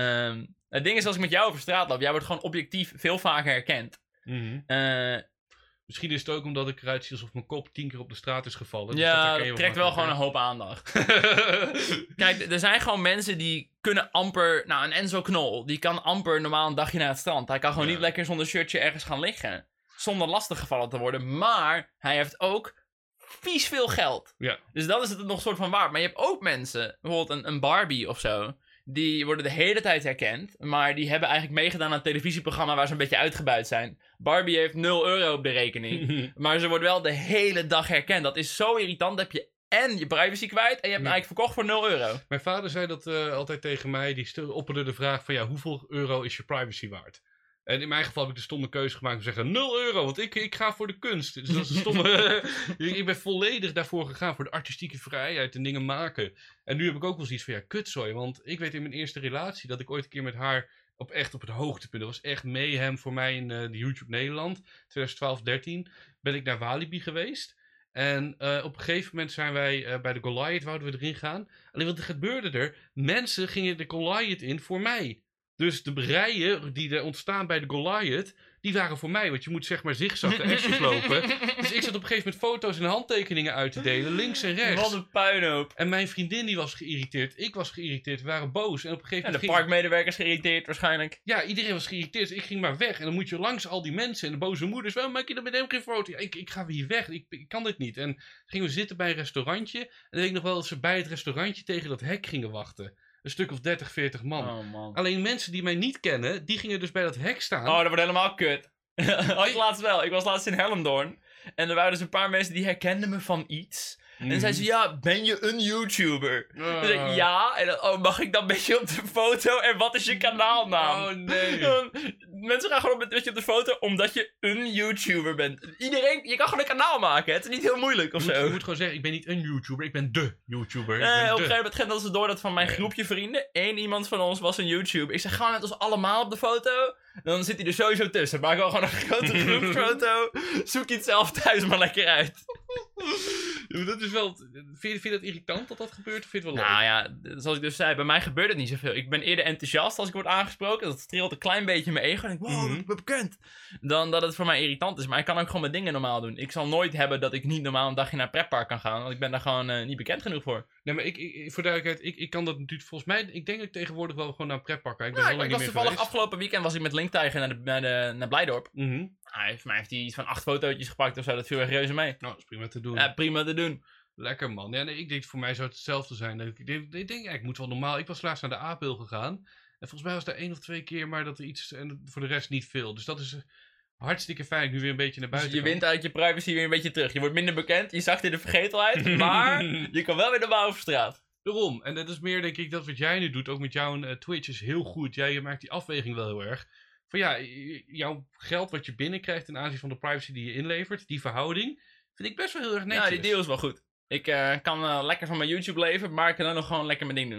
Het ding is, als ik met jou over straat loop, jij wordt gewoon objectief veel vaker herkend. Mhm. Eh, Misschien is het ook omdat ik eruit zie alsof mijn kop 10 keer op de straat is gevallen. Dus ja, herken je dat trekt wel gewoon een hoop aandacht. makkelijker. Kijk, er zijn gewoon mensen die kunnen amper... Nou, een Enzo Knol, die kan amper normaal een dagje naar het strand. Hij kan gewoon Ja. niet lekker zonder shirtje ergens gaan liggen. Zonder lastiggevallen te worden. Maar hij heeft ook vies veel geld. Ja. Dus dat is het nog soort van waard. Maar je hebt ook mensen, bijvoorbeeld een Barbie of zo... Die worden de hele tijd herkend, maar die hebben eigenlijk meegedaan aan een televisieprogramma waar ze een beetje uitgebuit zijn. Barbie heeft 0 euro op de rekening, maar ze wordt wel de hele dag herkend. Dat is zo irritant, dan heb je en je privacy kwijt en je hebt hem eigenlijk verkocht voor 0 euro. Mijn vader zei dat altijd tegen mij. Die opperde de vraag van ja, hoeveel euro is je privacy waard? En in mijn geval heb ik de stomme keuze gemaakt om te zeggen 0 euro, want ik ga voor de kunst. Dus dat is een stomme... ik ben volledig daarvoor gegaan, voor de artistieke vrijheid en dingen maken. En nu heb ik ook wel zoiets van ja, kutzooi. Want ik weet in mijn eerste relatie dat ik ooit een keer met haar op het hoogtepunt. Dat was echt mayhem voor mij in de YouTube Nederland. 2012-13 ben ik naar Walibi geweest. En op een gegeven moment zijn wij bij de Goliath, wouden we erin gaan. Alleen wat er gebeurde er? Mensen gingen de Goliath in voor mij. Dus de rijen die er ontstaan bij de Goliath, die waren voor mij. Want je moet zeg maar zigzag de esjes lopen. Dus ik zat op een gegeven moment foto's en handtekeningen uit te delen, links en rechts. Wat een puinhoop. En mijn vriendin die was geïrriteerd, ik was geïrriteerd, we waren boos. En op een gegeven En de moment parkmedewerkers geïrriteerd waarschijnlijk. ja, iedereen was geïrriteerd, dus ik ging maar weg. En dan moet je langs al die mensen en de boze moeders. Waarom maak je dan met hem geen foto? Ja, ik ga weer hier weg, ik kan dit niet. En toen gingen we zitten bij een restaurantje. En dan weet ik nog wel dat ze bij het restaurantje tegen dat hek gingen wachten. Een stuk of 30, 40 man. Oh man. Alleen mensen die mij niet kennen, die gingen dus bij dat hek staan. Oh, dat wordt helemaal kut. Had ik laatst wel. Ik was laatst in Hellendoorn. En er waren dus een paar mensen die herkenden me van iets. En dan zeiden ze, ja, ben je een YouTuber? Dan zei ik, ja. En dan, oh, mag ik dan een beetje op de foto? En wat is je kanaalnaam? Oh nee. Mensen gaan gewoon een beetje op de foto omdat je een YouTuber bent. Iedereen, je kan gewoon een kanaal maken. Het is niet heel moeilijk of Je zo. moet gewoon zeggen, ik ben niet een YouTuber, ik ben de YouTuber. Ik Op ben een de. gegeven moment hadden ze door dat van mijn groepje vrienden. Eén iemand van ons was een YouTuber. Ik zeg, gaan we met ons allemaal op de foto? Dan zit hij er sowieso tussen. Maak wel gewoon een grote groepsfoto. Zoek je het zelf thuis maar lekker uit. Ja, maar dat is wel... Vind je dat irritant dat dat gebeurt? Of vind je het wel leuk? Nou ja, zoals ik dus zei, bij mij gebeurt het niet zoveel. Ik ben eerder enthousiast als ik word aangesproken. Dat streelt een klein beetje mijn ego. En ik denk, wow, ik ben bekend. Dan dat het voor mij irritant is. Maar ik kan ook gewoon mijn dingen normaal doen. Ik zal nooit hebben dat ik niet normaal een dagje naar een pretpark kan gaan. Want ik ben daar gewoon niet bekend genoeg voor. Nee, maar voor duidelijkheid, ik kan dat natuurlijk volgens mij... Ik denk dat ik tegenwoordig wel gewoon naar een pretpark ga. Ik ben Nou, heel lang ik niet was meer toevallig geweest. afgelopen weekend was ik met Linktijger naar Blijdorp. Mhm. Voor mij heeft hij iets van 8 fotootjes gepakt of zo. Dat viel echt reuze mee. Nou, dat is prima te doen. Ja, prima te doen. Lekker man. Ja, nee, ik denk voor mij zou het hetzelfde zijn. Ik denk, ja, ik moet wel normaal... Ik was laatst naar de Apel gegaan. En volgens mij was er 1 of 2 keer, maar dat er iets... En voor de rest niet veel. Dus dat is hartstikke fijn. Ik nu weer een beetje naar Dus buiten je wint uit je privacy weer een beetje terug. Je wordt minder bekend, je zakt in de vergetelheid, maar je kan wel weer normaal over straat. Daarom. En dat is meer, denk ik, dat wat jij nu doet, ook met jouw Twitch, is heel goed. Jij maakt die afweging wel heel erg. Van ja, jouw geld wat je binnenkrijgt ten aanzien van de privacy die je inlevert, die verhouding, vind ik best wel heel erg netjes. Ja, die deal is wel goed. Ik kan lekker van mijn YouTube leven, maar ik kan ook nog gewoon lekker mijn ding doen.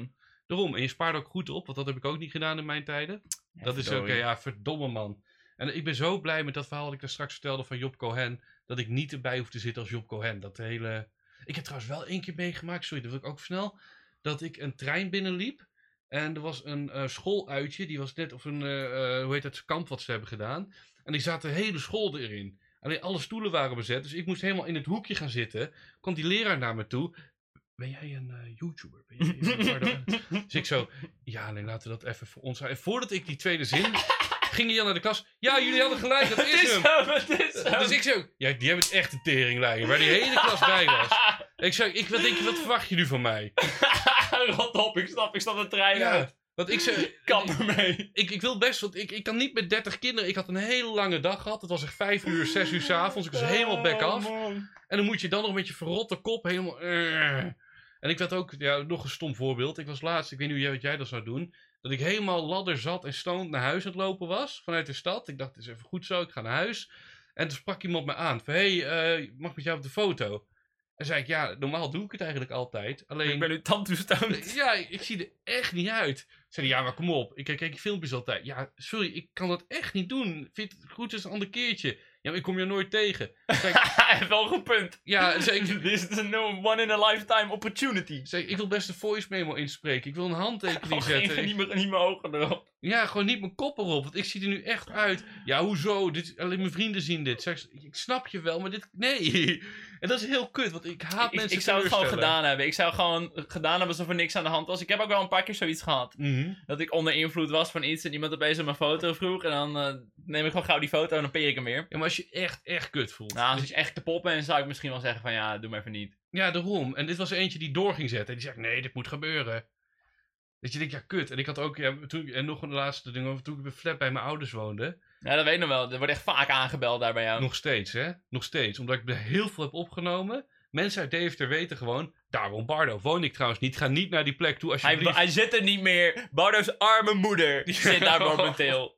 Daarom, en je spaart ook goed op, want dat heb ik ook niet gedaan in mijn tijden. Dat is ook, verdomme man. En ik ben zo blij met dat verhaal dat ik daar straks vertelde van Job Cohen, dat ik niet erbij hoef te zitten als Job Cohen. Dat hele... Ik heb trouwens wel 1 keer meegemaakt, sorry, dat wil ik ook snel, dat ik een trein binnenliep. En er was een schooluitje, die was net, of een, hoe heet het, kamp wat ze hebben gedaan. En die zat de hele school erin. Alleen alle stoelen waren bezet, dus ik moest helemaal in het hoekje gaan zitten. Kwam die leraar naar me toe. Ben jij een YouTuber? Ben jij dus ik zo, ja, nee, laten we dat even voor ons houden. En voordat ik die tweede zin, ging Jan naar de klas. Ja, jullie hadden gelijk, dat is hem. Dus ik zo, ja, die hebben het echt een teringleier, waar die hele klas bij was. Ik zei, wat verwacht je nu van mij? Rot op, ik snap de trein uit. Want ik zei, kap ermee. Ik wil best, want ik kan niet met 30 kinderen. Ik had een hele lange dag gehad. Het was echt 5 uur, 6 uur 's avonds. Ik was helemaal back af. En dan moet je dan nog met je verrotte kop helemaal... En ik werd ook, nog een stom voorbeeld. Ik was laatst, ik weet niet wat jij dat zou doen. Dat ik helemaal ladderzat en stoned naar huis aan het lopen was. Vanuit de stad. Ik dacht, het is even goed zo, ik ga naar huis. En toen sprak iemand me aan. Van, hey, mag met jou op de foto? En zei ik, ja, normaal doe ik het eigenlijk altijd. Alleen... Ik ben nu tandtoestoned. Ja, ik zie er echt niet uit. Zei hij, ja, maar kom op. Ik kijk filmpjes altijd. Ja, sorry, ik kan dat echt niet doen. Vind het goed als een ander keertje. Ja, maar ik kom je nooit tegen. Hij heeft wel een goed punt. Ja, zei ik... This is a one in a lifetime opportunity. Zei ik wil best een voice memo inspreken. Ik wil een handtekening zetten. Niet mijn ogen erop. Ja, gewoon niet mijn kop erop. Want ik zie er nu echt uit. Ja, hoezo? Alleen mijn vrienden zien dit. Zeg, ik snap je wel, maar dit... Nee. En dat is heel kut, want ik haat mensen Ik zou het gewoon gedaan hebben. Ik zou gewoon gedaan hebben alsof er niks aan de hand was. Ik heb ook wel een paar keer zoiets gehad. Dat ik onder invloed was van iets en iemand opeens op mijn foto vroeg. En dan neem ik gewoon gauw die foto en dan peer ik hem weer. Ja, maar als je echt kut voelt. Nou, als ik echt kapot ben, zou ik misschien wel zeggen van ja, doe maar even niet. Ja, daarom. En dit was eentje die door ging zetten. En die zegt, nee, dit moet gebeuren. Dat je denkt, ja, kut. En ik had ook, en nog een laatste ding over toen ik bij flat bij mijn ouders woonde. Ja, dat weet ik nog wel. Er wordt echt vaak aangebeld daar bij jou. Nog steeds, hè? Nog steeds. Omdat ik er heel veel heb opgenomen. Mensen uit Deventer weten gewoon, daar woont Bardo. Woon ik trouwens niet. Ga niet naar die plek toe alsjeblieft. Hij zit er niet meer. Bardo's arme moeder die zit daar momenteel.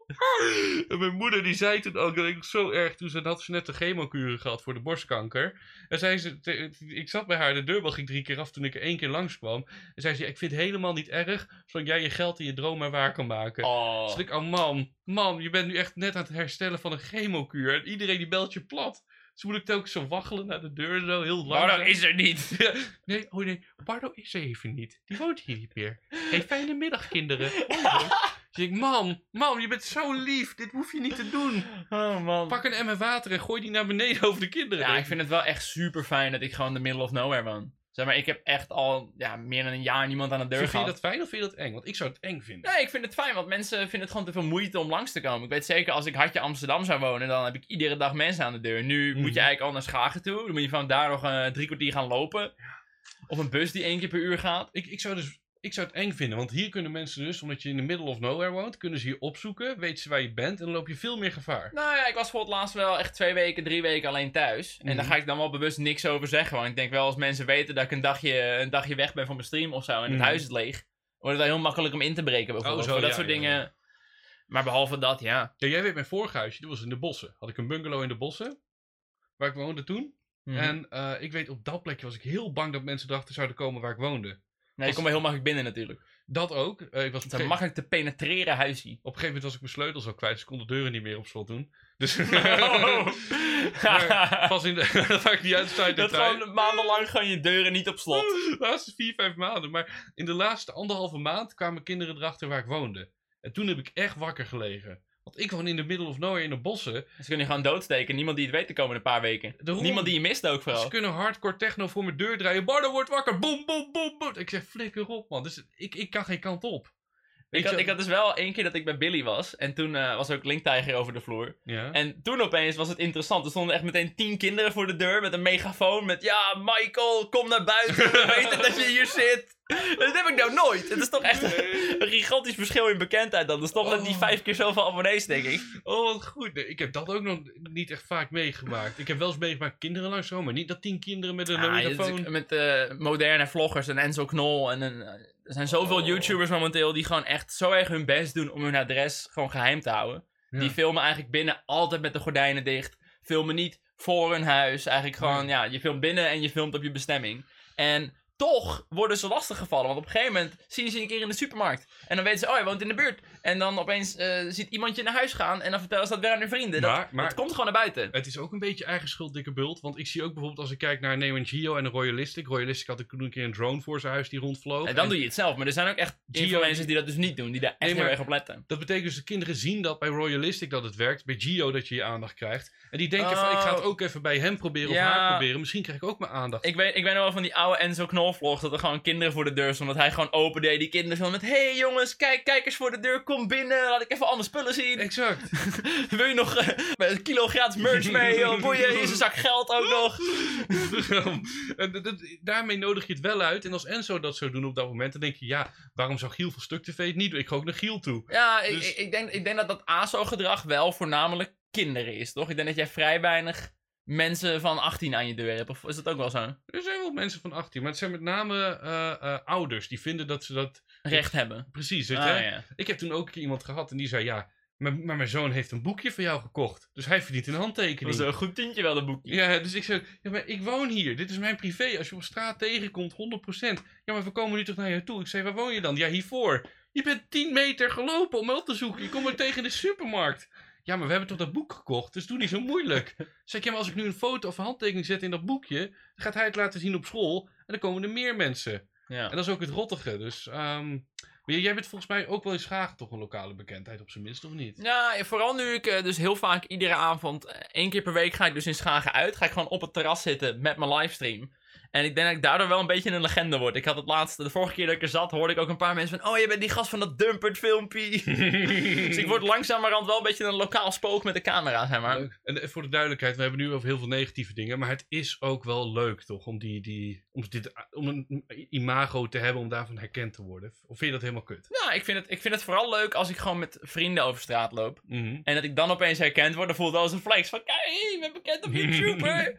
En mijn moeder die zei toen ook, dat ik zo erg, toen had ze net de chemokuren gehad voor de borstkanker. En zei ze, ik zat bij haar, de deurbel ging 3 keer af toen ik er 1 keer langskwam. En zei ze, ik vind het helemaal niet erg, zolang jij je geld in je droom maar waar kan maken. Oh. Dus ik, man, je bent nu echt net aan het herstellen van een chemokuur. En iedereen die belt je plat. Dus moet ik telkens zo waggelen naar de deur, zo heel lang. Bardo is er niet. Ja, nee, Bardo is er even niet. Die woont hier niet meer. Hey, fijne middag, kinderen. Dus ik, mam, je bent zo lief. Dit hoef je niet te doen. Oh man. Pak een emmer water en gooi die naar beneden over de kinderen. Ja, ik vind het wel echt super fijn dat ik gewoon in the middle of nowhere woon. Zeg maar, ik heb echt al meer dan een jaar niemand aan de deur gehad. Vind je dat fijn of vind je dat eng? Want ik zou het eng vinden. Nee, ik vind het fijn, want mensen vinden het gewoon te veel moeite om langs te komen. Ik weet zeker, als ik Hartje Amsterdam zou wonen, dan heb ik iedere dag mensen aan de deur. Nu moet je eigenlijk al naar Schagen toe. Dan moet je van daar nog 3 kwartier gaan lopen. Of een bus die 1 keer per uur gaat. Ik zou het eng vinden, want hier kunnen mensen dus, omdat je in the middle of nowhere woont, kunnen ze je opzoeken, weten ze waar je bent en dan loop je veel meer gevaar. Nou ja, ik was bijvoorbeeld laatst wel echt 2 weken, 3 weken alleen thuis. En daar ga ik dan wel bewust niks over zeggen, want ik denk wel als mensen weten dat ik een dagje weg ben van mijn stream of zo en het huis is leeg, wordt het wel heel makkelijk om in te breken bijvoorbeeld. Voor dat soort dingen. Ja. Maar behalve dat, ja. Ja, jij weet mijn vorige huisje, dat was in de bossen. Had ik een bungalow in de bossen, waar ik woonde toen. En ik weet, op dat plekje was ik heel bang dat mensen erachter zouden komen waar ik woonde. Nee, ik kom wel heel makkelijk binnen natuurlijk. Dat ook. Het is een makkelijk te penetreren huisje. Op een gegeven moment was ik mijn sleutels al kwijt, dus ik kon de deuren niet meer op slot doen. Dus pas in de... dat maakt niet uit. Dat gewoon maandenlang gewoon je deuren niet op slot. De laatste 4-5 maanden. Maar in de laatste 1,5 maand kwamen kinderen erachter waar ik woonde. En toen heb ik echt wakker gelegen. Want ik woon in de middle of nowhere in de bossen. Ze kunnen je gewoon doodsteken. Niemand die het weet de komende paar weken. Niemand die je mist ook vooral. Ze kunnen hardcore techno voor mijn deur draaien. Bardo wordt wakker. Boom, boom, boom, boom. Ik zeg, flikker op, man. Dus ik kan geen kant op. Ik had dus wel 1 keer dat ik bij Billy was. En toen was ook Link Tiger over de vloer. Ja. En toen opeens was het interessant. Er stonden echt meteen 10 kinderen voor de deur met een megafoon. Met ja, Michael, kom naar buiten. We weten dat je hier zit. Dat heb ik nou nooit. Het is toch echt een gigantisch verschil in bekendheid dan. Dat is toch net die 5 keer zoveel abonnees, denk ik. Oh, wat goed. Nee, ik heb dat ook nog niet echt vaak meegemaakt. Ik heb wel eens meegemaakt kinderen langs zo, maar niet dat 10 kinderen met een megafoon. Met moderne vloggers en Enzo Knol. En er zijn zoveel YouTubers momenteel die gewoon echt zo erg hun best doen om hun adres gewoon geheim te houden. Ja. Die filmen eigenlijk binnen altijd met de gordijnen dicht. Filmen niet voor hun huis. Eigenlijk gewoon, je filmt binnen en je filmt op je bestemming. En toch worden ze lastiggevallen. Want op een gegeven moment zien ze een keer in de supermarkt. En dan weten ze, oh, hij woont in de buurt. En dan opeens ziet iemand je naar huis gaan. En dan vertellen ze dat weer aan hun vrienden. Maar dat komt gewoon naar buiten. Het is ook een beetje eigen schuld, dikke bult. Want ik zie ook bijvoorbeeld als ik kijk naar Neo Geo en Royalistic. Royalistic had ik toen een keer een drone voor zijn huis die rondvloog. En dan doe je het zelf. Maar er zijn ook echt influencers die dat dus niet doen. Die daar echt heel erg op letten. Dat betekent dus de kinderen zien dat bij Royalistic dat het werkt. Bij Geo dat je aandacht krijgt. En die denken van, ik ga het ook even bij hem proberen of haar proberen. Misschien krijg ik ook mijn aandacht. Ik weet nog wel van die oude Enzo Knol vlog. Dat er gewoon kinderen voor de deur stonden. Dat hij gewoon opende. Die kinderen zo met, hey jongens, kijk eens voor de deur. Kom binnen. Laat ik even alle spullen zien. Exact. Wil je nog een kilo gratis merch mee? Joh? Boeien, hier is een zak geld ook nog. Daarmee nodig je het wel uit. En als Enzo dat zou doen op dat moment, dan denk je, ja, waarom zou Giel van Stuk TV het niet doen? Ik ga ook naar Giel toe. Ja, Dus... ik denk dat ASO-gedrag wel voornamelijk kinderen is, toch? Ik denk dat jij vrij weinig mensen van 18 aan je deur hebt. Of is dat ook wel zo? Er zijn wel mensen van 18, maar het zijn met name ouders die vinden dat ze dat... Recht hebben. Precies. Ja. Ik heb toen ook een keer iemand gehad en die zei, ja, maar mijn zoon heeft een boekje voor jou gekocht. Dus hij verdient een handtekening. Dat is een goed tientje wel, dat boekje. Ja, dus ik zei, ja, maar ik woon hier. Dit is mijn privé. Als je op straat tegenkomt, 100%. Ja, maar we komen nu toch naar je toe. Ik zei, waar woon je dan? Ja, hiervoor. Je bent 10 meter gelopen om me op te zoeken. Je komt me tegen in de supermarkt. Ja, maar we hebben toch dat boek gekocht, dus doe niet zo moeilijk. Zeg ik, ja, maar als ik nu een foto of een handtekening zet in dat boekje, dan gaat hij het laten zien op school en dan komen er meer mensen. Ja. En dat is ook het rottige, dus... jij bent volgens mij ook wel in Schagen toch een lokale bekendheid op zijn minst, of niet? Ja, vooral nu ik dus heel vaak iedere avond, 1 keer per week ga ik dus in Schagen uit. Ga ik gewoon op het terras zitten met mijn livestream. En ik denk dat ik daardoor wel een beetje een legende word. Ik had het laatste, de vorige keer dat ik er zat, hoorde ik ook een paar mensen van... Oh, je bent die gast van dat Dumpert filmpje. Dus ik word langzamerhand wel een beetje een lokaal spook met de camera, zeg maar. Leuk. En voor de duidelijkheid, we hebben nu over heel veel negatieve dingen. Maar het is ook wel leuk, toch? Om een imago te hebben om daarvan herkend te worden. Of vind je dat helemaal kut? Nou, ik vind het vooral leuk als ik gewoon met vrienden over straat loop. Mhm. En dat ik dan opeens herkend word. Dan voelt het als een flex van... Kijk, ik ben bekend op YouTube.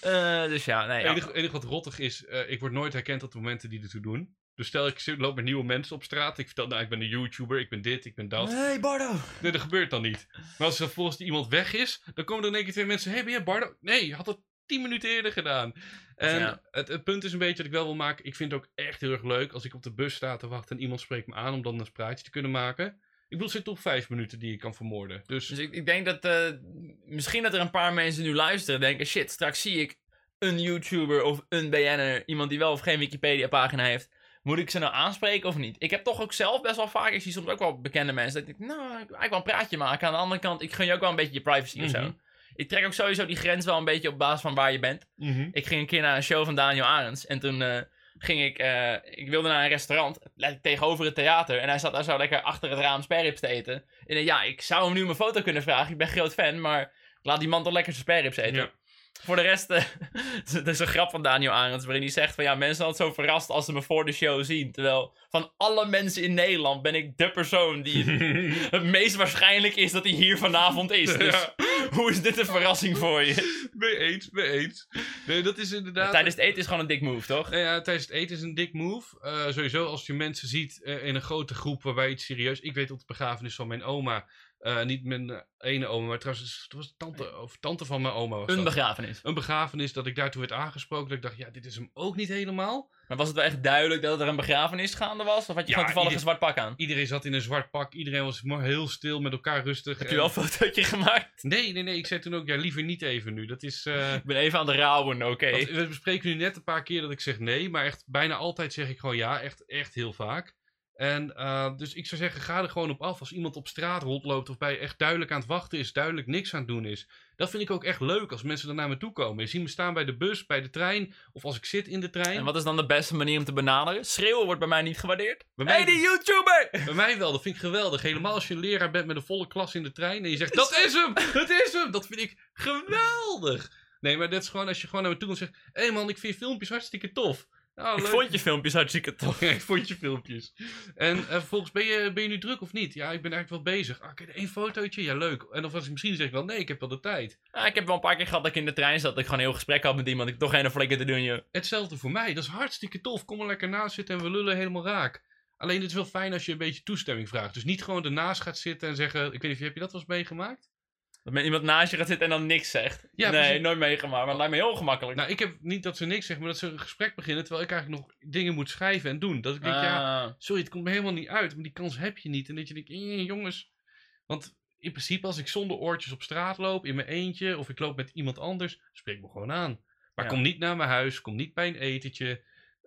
Dus ja, nee. Het enige wat rottig is, ik word nooit herkend op de momenten die ertoe doen. Dus stel ik loop met nieuwe mensen op straat. Ik vertel, nou, ik ben een YouTuber, ik ben dit, ik ben dat. Hey Bardo. Nee, dat gebeurt dan niet. Maar als er volgens iemand weg is, dan komen er in één keer 2 mensen. Hey, ben jij Bardo? Nee, je had het 10 minuten eerder gedaan. En Ja. het punt is een beetje dat ik wel wil maken. Ik vind het ook echt heel erg leuk als ik op de bus sta te wachten en iemand spreekt me aan om dan een praatje te kunnen maken. Ik bedoel, het zit toch 5 minuten die je kan vermoorden. Dus Ik denk dat misschien dat er een paar mensen nu luisteren en denken... Shit, straks zie ik een YouTuber of een BN'er, iemand die wel of geen Wikipedia-pagina heeft. Moet ik ze nou aanspreken of niet? Ik heb toch ook zelf best wel vaak, ik zie soms ook wel bekende mensen, dat ik denk, nou, ik wil eigenlijk wel een praatje maken. Aan de andere kant, ik gun je ook wel een beetje je privacy of zo. Ik trek ook sowieso die grens wel een beetje op basis van waar je bent. Ik ging een keer naar een show van Daniel Arends en toen ging ik wilde naar een restaurant, tegenover het theater. En hij zat daar zo lekker achter het raam spareribs te eten. En ja, ik zou hem nu mijn foto kunnen vragen, ik ben groot fan, maar laat die man toch lekker zijn spareribs eten. Ja. Voor de rest, dat is een grap van Daniel Arends, waarin hij zegt van ja, mensen zijn altijd zo verrast als ze me voor de show zien. Terwijl van alle mensen in Nederland ben ik de persoon die het meest waarschijnlijk is dat hij hier vanavond is. Dus hoe is dit een verrassing voor je? Mee eens. Nee, dat is inderdaad... Ja, tijdens het eten is gewoon een dik move, toch? Ja, tijdens het eten is een dik move. Sowieso als je mensen ziet in een grote groep waarbij iets serieus... Ik weet op de begrafenis van mijn oma... niet mijn ene oma, maar trouwens, het was tante van mijn oma. Was een dat. begrafenis. Een begrafenis, dat ik daartoe werd aangesproken. Dat ik dacht, ja, dit is hem ook niet helemaal. Maar was het wel echt duidelijk dat er een begrafenis gaande was? Of had je gewoon toevallig een zwart pak aan? Iedereen zat in een zwart pak. Iedereen was maar heel stil, met elkaar rustig. Heb je wel een fotootje gemaakt? Nee. Ik zei toen ook, ja, liever niet even nu. Dat is... Ik ben even aan de rouwen, oké. We bespreken nu net een paar keer dat ik zeg nee. Maar echt bijna altijd zeg ik gewoon ja. Echt heel vaak. En dus ik zou zeggen, ga er gewoon op af. Als iemand op straat rondloopt of bij echt duidelijk aan het wachten is, duidelijk niks aan het doen is. Dat vind ik ook echt leuk als mensen er naar me toe komen. Je ziet me staan bij de bus, bij de trein of als ik zit in de trein. En wat is dan de beste manier om te benaderen? Schreeuwen wordt bij mij niet gewaardeerd. Hey, die YouTuber! Bij mij wel, dat vind ik geweldig. Helemaal als je een leraar bent met een volle klas in de trein en je zegt, dat is hem! Dat is hem! Dat vind ik geweldig! Nee, maar dat is gewoon als je gewoon naar me toe komt en zegt, hé man, ik vind je filmpjes hartstikke tof. Oh, ik vond je filmpjes hartstikke tof. Ja, ik vond je filmpjes. En vervolgens, ben je nu druk of niet? Ja, ik ben eigenlijk wel bezig. Kijk, 1 fotootje? Ja, leuk. En of als ik misschien zeg wel, nee, ik heb wel de tijd. Ja, ik heb wel een paar keer gehad dat ik in de trein zat. Dat ik gewoon een heel gesprek had met iemand. Ik toch geen flikker te doen, joh. Hetzelfde voor mij. Dat is hartstikke tof. Kom er lekker naast zitten en we lullen helemaal raak. Alleen het is wel fijn als je een beetje toestemming vraagt. Dus niet gewoon ernaast gaat zitten en zeggen... Ik weet niet, heb je dat wel eens meegemaakt? Dat met iemand naast je gaat zitten en dan niks zegt. Ja, nee, precies. nooit meegemaakt, maar het lijkt me heel ongemakkelijk. Nou, ik heb niet dat ze niks zeggen, maar dat ze een gesprek beginnen terwijl ik eigenlijk nog dingen moet schrijven en doen. Dat ik denk, ja, sorry, het komt me helemaal niet uit, maar die kans heb je niet. En dat je denkt, jongens. Want in principe, als ik zonder oortjes op straat loop, in mijn eentje, of ik loop met iemand anders, spreek me gewoon aan. Maar Ja. kom niet naar mijn huis, kom niet bij een etentje.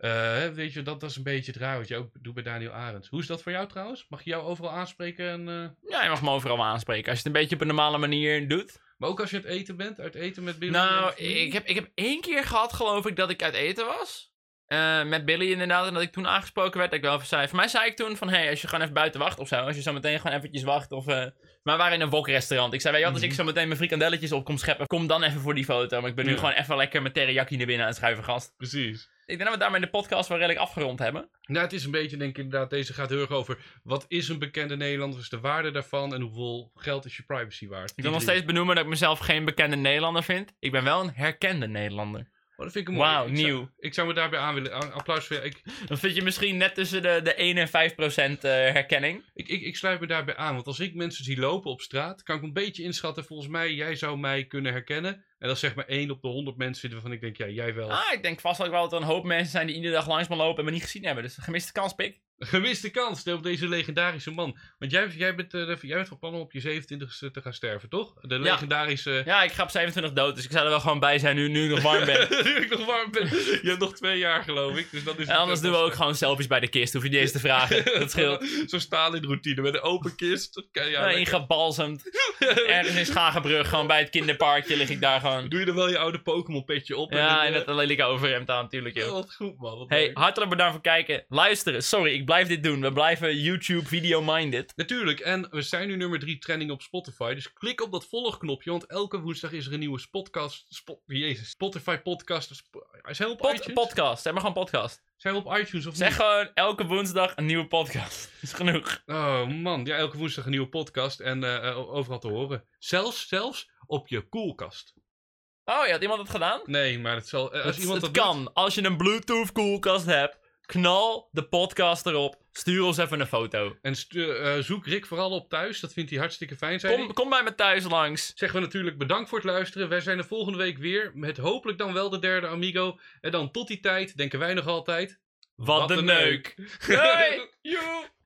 Weet je, dat is een beetje het raar wat je ook doet bij Daniel Arends. Hoe is dat voor jou trouwens? Mag je jou overal aanspreken? Ja, je mag me overal aanspreken. Als je het een beetje op een normale manier doet. Maar ook als je uit eten bent, uit eten met Billy? Nou, en ik heb 1 keer gehad, geloof ik, dat ik uit eten was. Met Billy inderdaad. En dat ik toen aangesproken werd. Dat ik wel even zei. Voor mij zei ik toen van, hey, als je gewoon even buiten wacht of zo. Als je zo meteen gewoon eventjes wacht. Of, maar we waren in een wokrestaurant. Ik zei, weet je wat, als ik zo meteen mijn frikandelletjes op kom scheppen. Kom dan even voor die foto. Maar ik ben nu Ja. gewoon even lekker met teriyaki naar binnen aan het schuiven, gast. Precies. Ik denk dat we daarmee de podcast wel redelijk afgerond hebben. Nou, het is een beetje, denk ik inderdaad, deze gaat heel erg over wat is een bekende Nederlander, wat is de waarde daarvan en hoeveel geld is je privacy waard. Ik wil nog steeds benoemen dat ik mezelf geen bekende Nederlander vind. Ik ben wel een herkende Nederlander. Oh, dat vind ik mooi. Wauw, Ik zou- nieuw. Ik zou me daarbij aan willen. Applaus voor je. Dan vind je misschien net tussen de 1 en 5% herkenning. Ik sluit me daarbij aan, want als ik mensen zie lopen op straat, kan ik een beetje inschatten, volgens mij, jij zou mij kunnen herkennen. En dat is zeg maar 1 op de 100 mensen waarvan ik denk, ja, jij wel. Ik denk vast ook wel dat er een hoop mensen zijn die iedere dag langs me lopen en me niet gezien hebben. Dus gemiste kans, pik. Gemiste kans op deze legendarische man. Want jij bent van plan om op je 27e te gaan sterven, toch? De legendarische... Ja, ik ga op 27 dood, dus ik zou er wel gewoon bij zijn nu ik nog warm ben. Nu ik nog warm ben. Je hebt nog 2 jaar, geloof ik. Dus dat is En anders doen we ook gewoon selfies bij de kist. Hoef je niet eens te vragen. Dat scheelt. Zo'n Stalin-routine met een open kist. Ingebalsemd. Ergens in Schagenbrug, gewoon bij het kinderparkje lig ik daar gewoon. Doe je dan wel je oude Pokémon-petje op? Ja, en dat lelijke overhemd aan, natuurlijk, joh. Wat goed, man. Wat Hey, leuk. hartelijk bedankt voor het kijken. Luisteren, sorry, ik blijf dit doen. We blijven YouTube video-minded. Natuurlijk, en we zijn nu nummer 3 trending op Spotify. Dus klik op dat volgknopje, want elke woensdag is er een nieuwe Spotify podcast. Zijn we op iTunes? Podcast, zeg maar gewoon podcast. Zijn we op iTunes of Zeg niet? gewoon elke woensdag een nieuwe podcast. Dat is genoeg. Oh man, ja, elke woensdag een nieuwe podcast en overal te horen. Zelfs op je koelkast. Oh, ja, had iemand het gedaan? Nee, maar het zal... als iemand het dat kan. doet- Als je een Bluetooth koelkast hebt, knal de podcast erop. Stuur ons even een foto. En zoek Rick vooral op thuis, dat vindt hij hartstikke fijn, zei hij. Kom bij me thuis langs. Zeggen we natuurlijk bedankt voor het luisteren. Wij zijn er volgende week weer met hopelijk dan wel de derde Amigo. En dan tot die tijd denken wij nog altijd... Wat de neuk. Doei! Joe!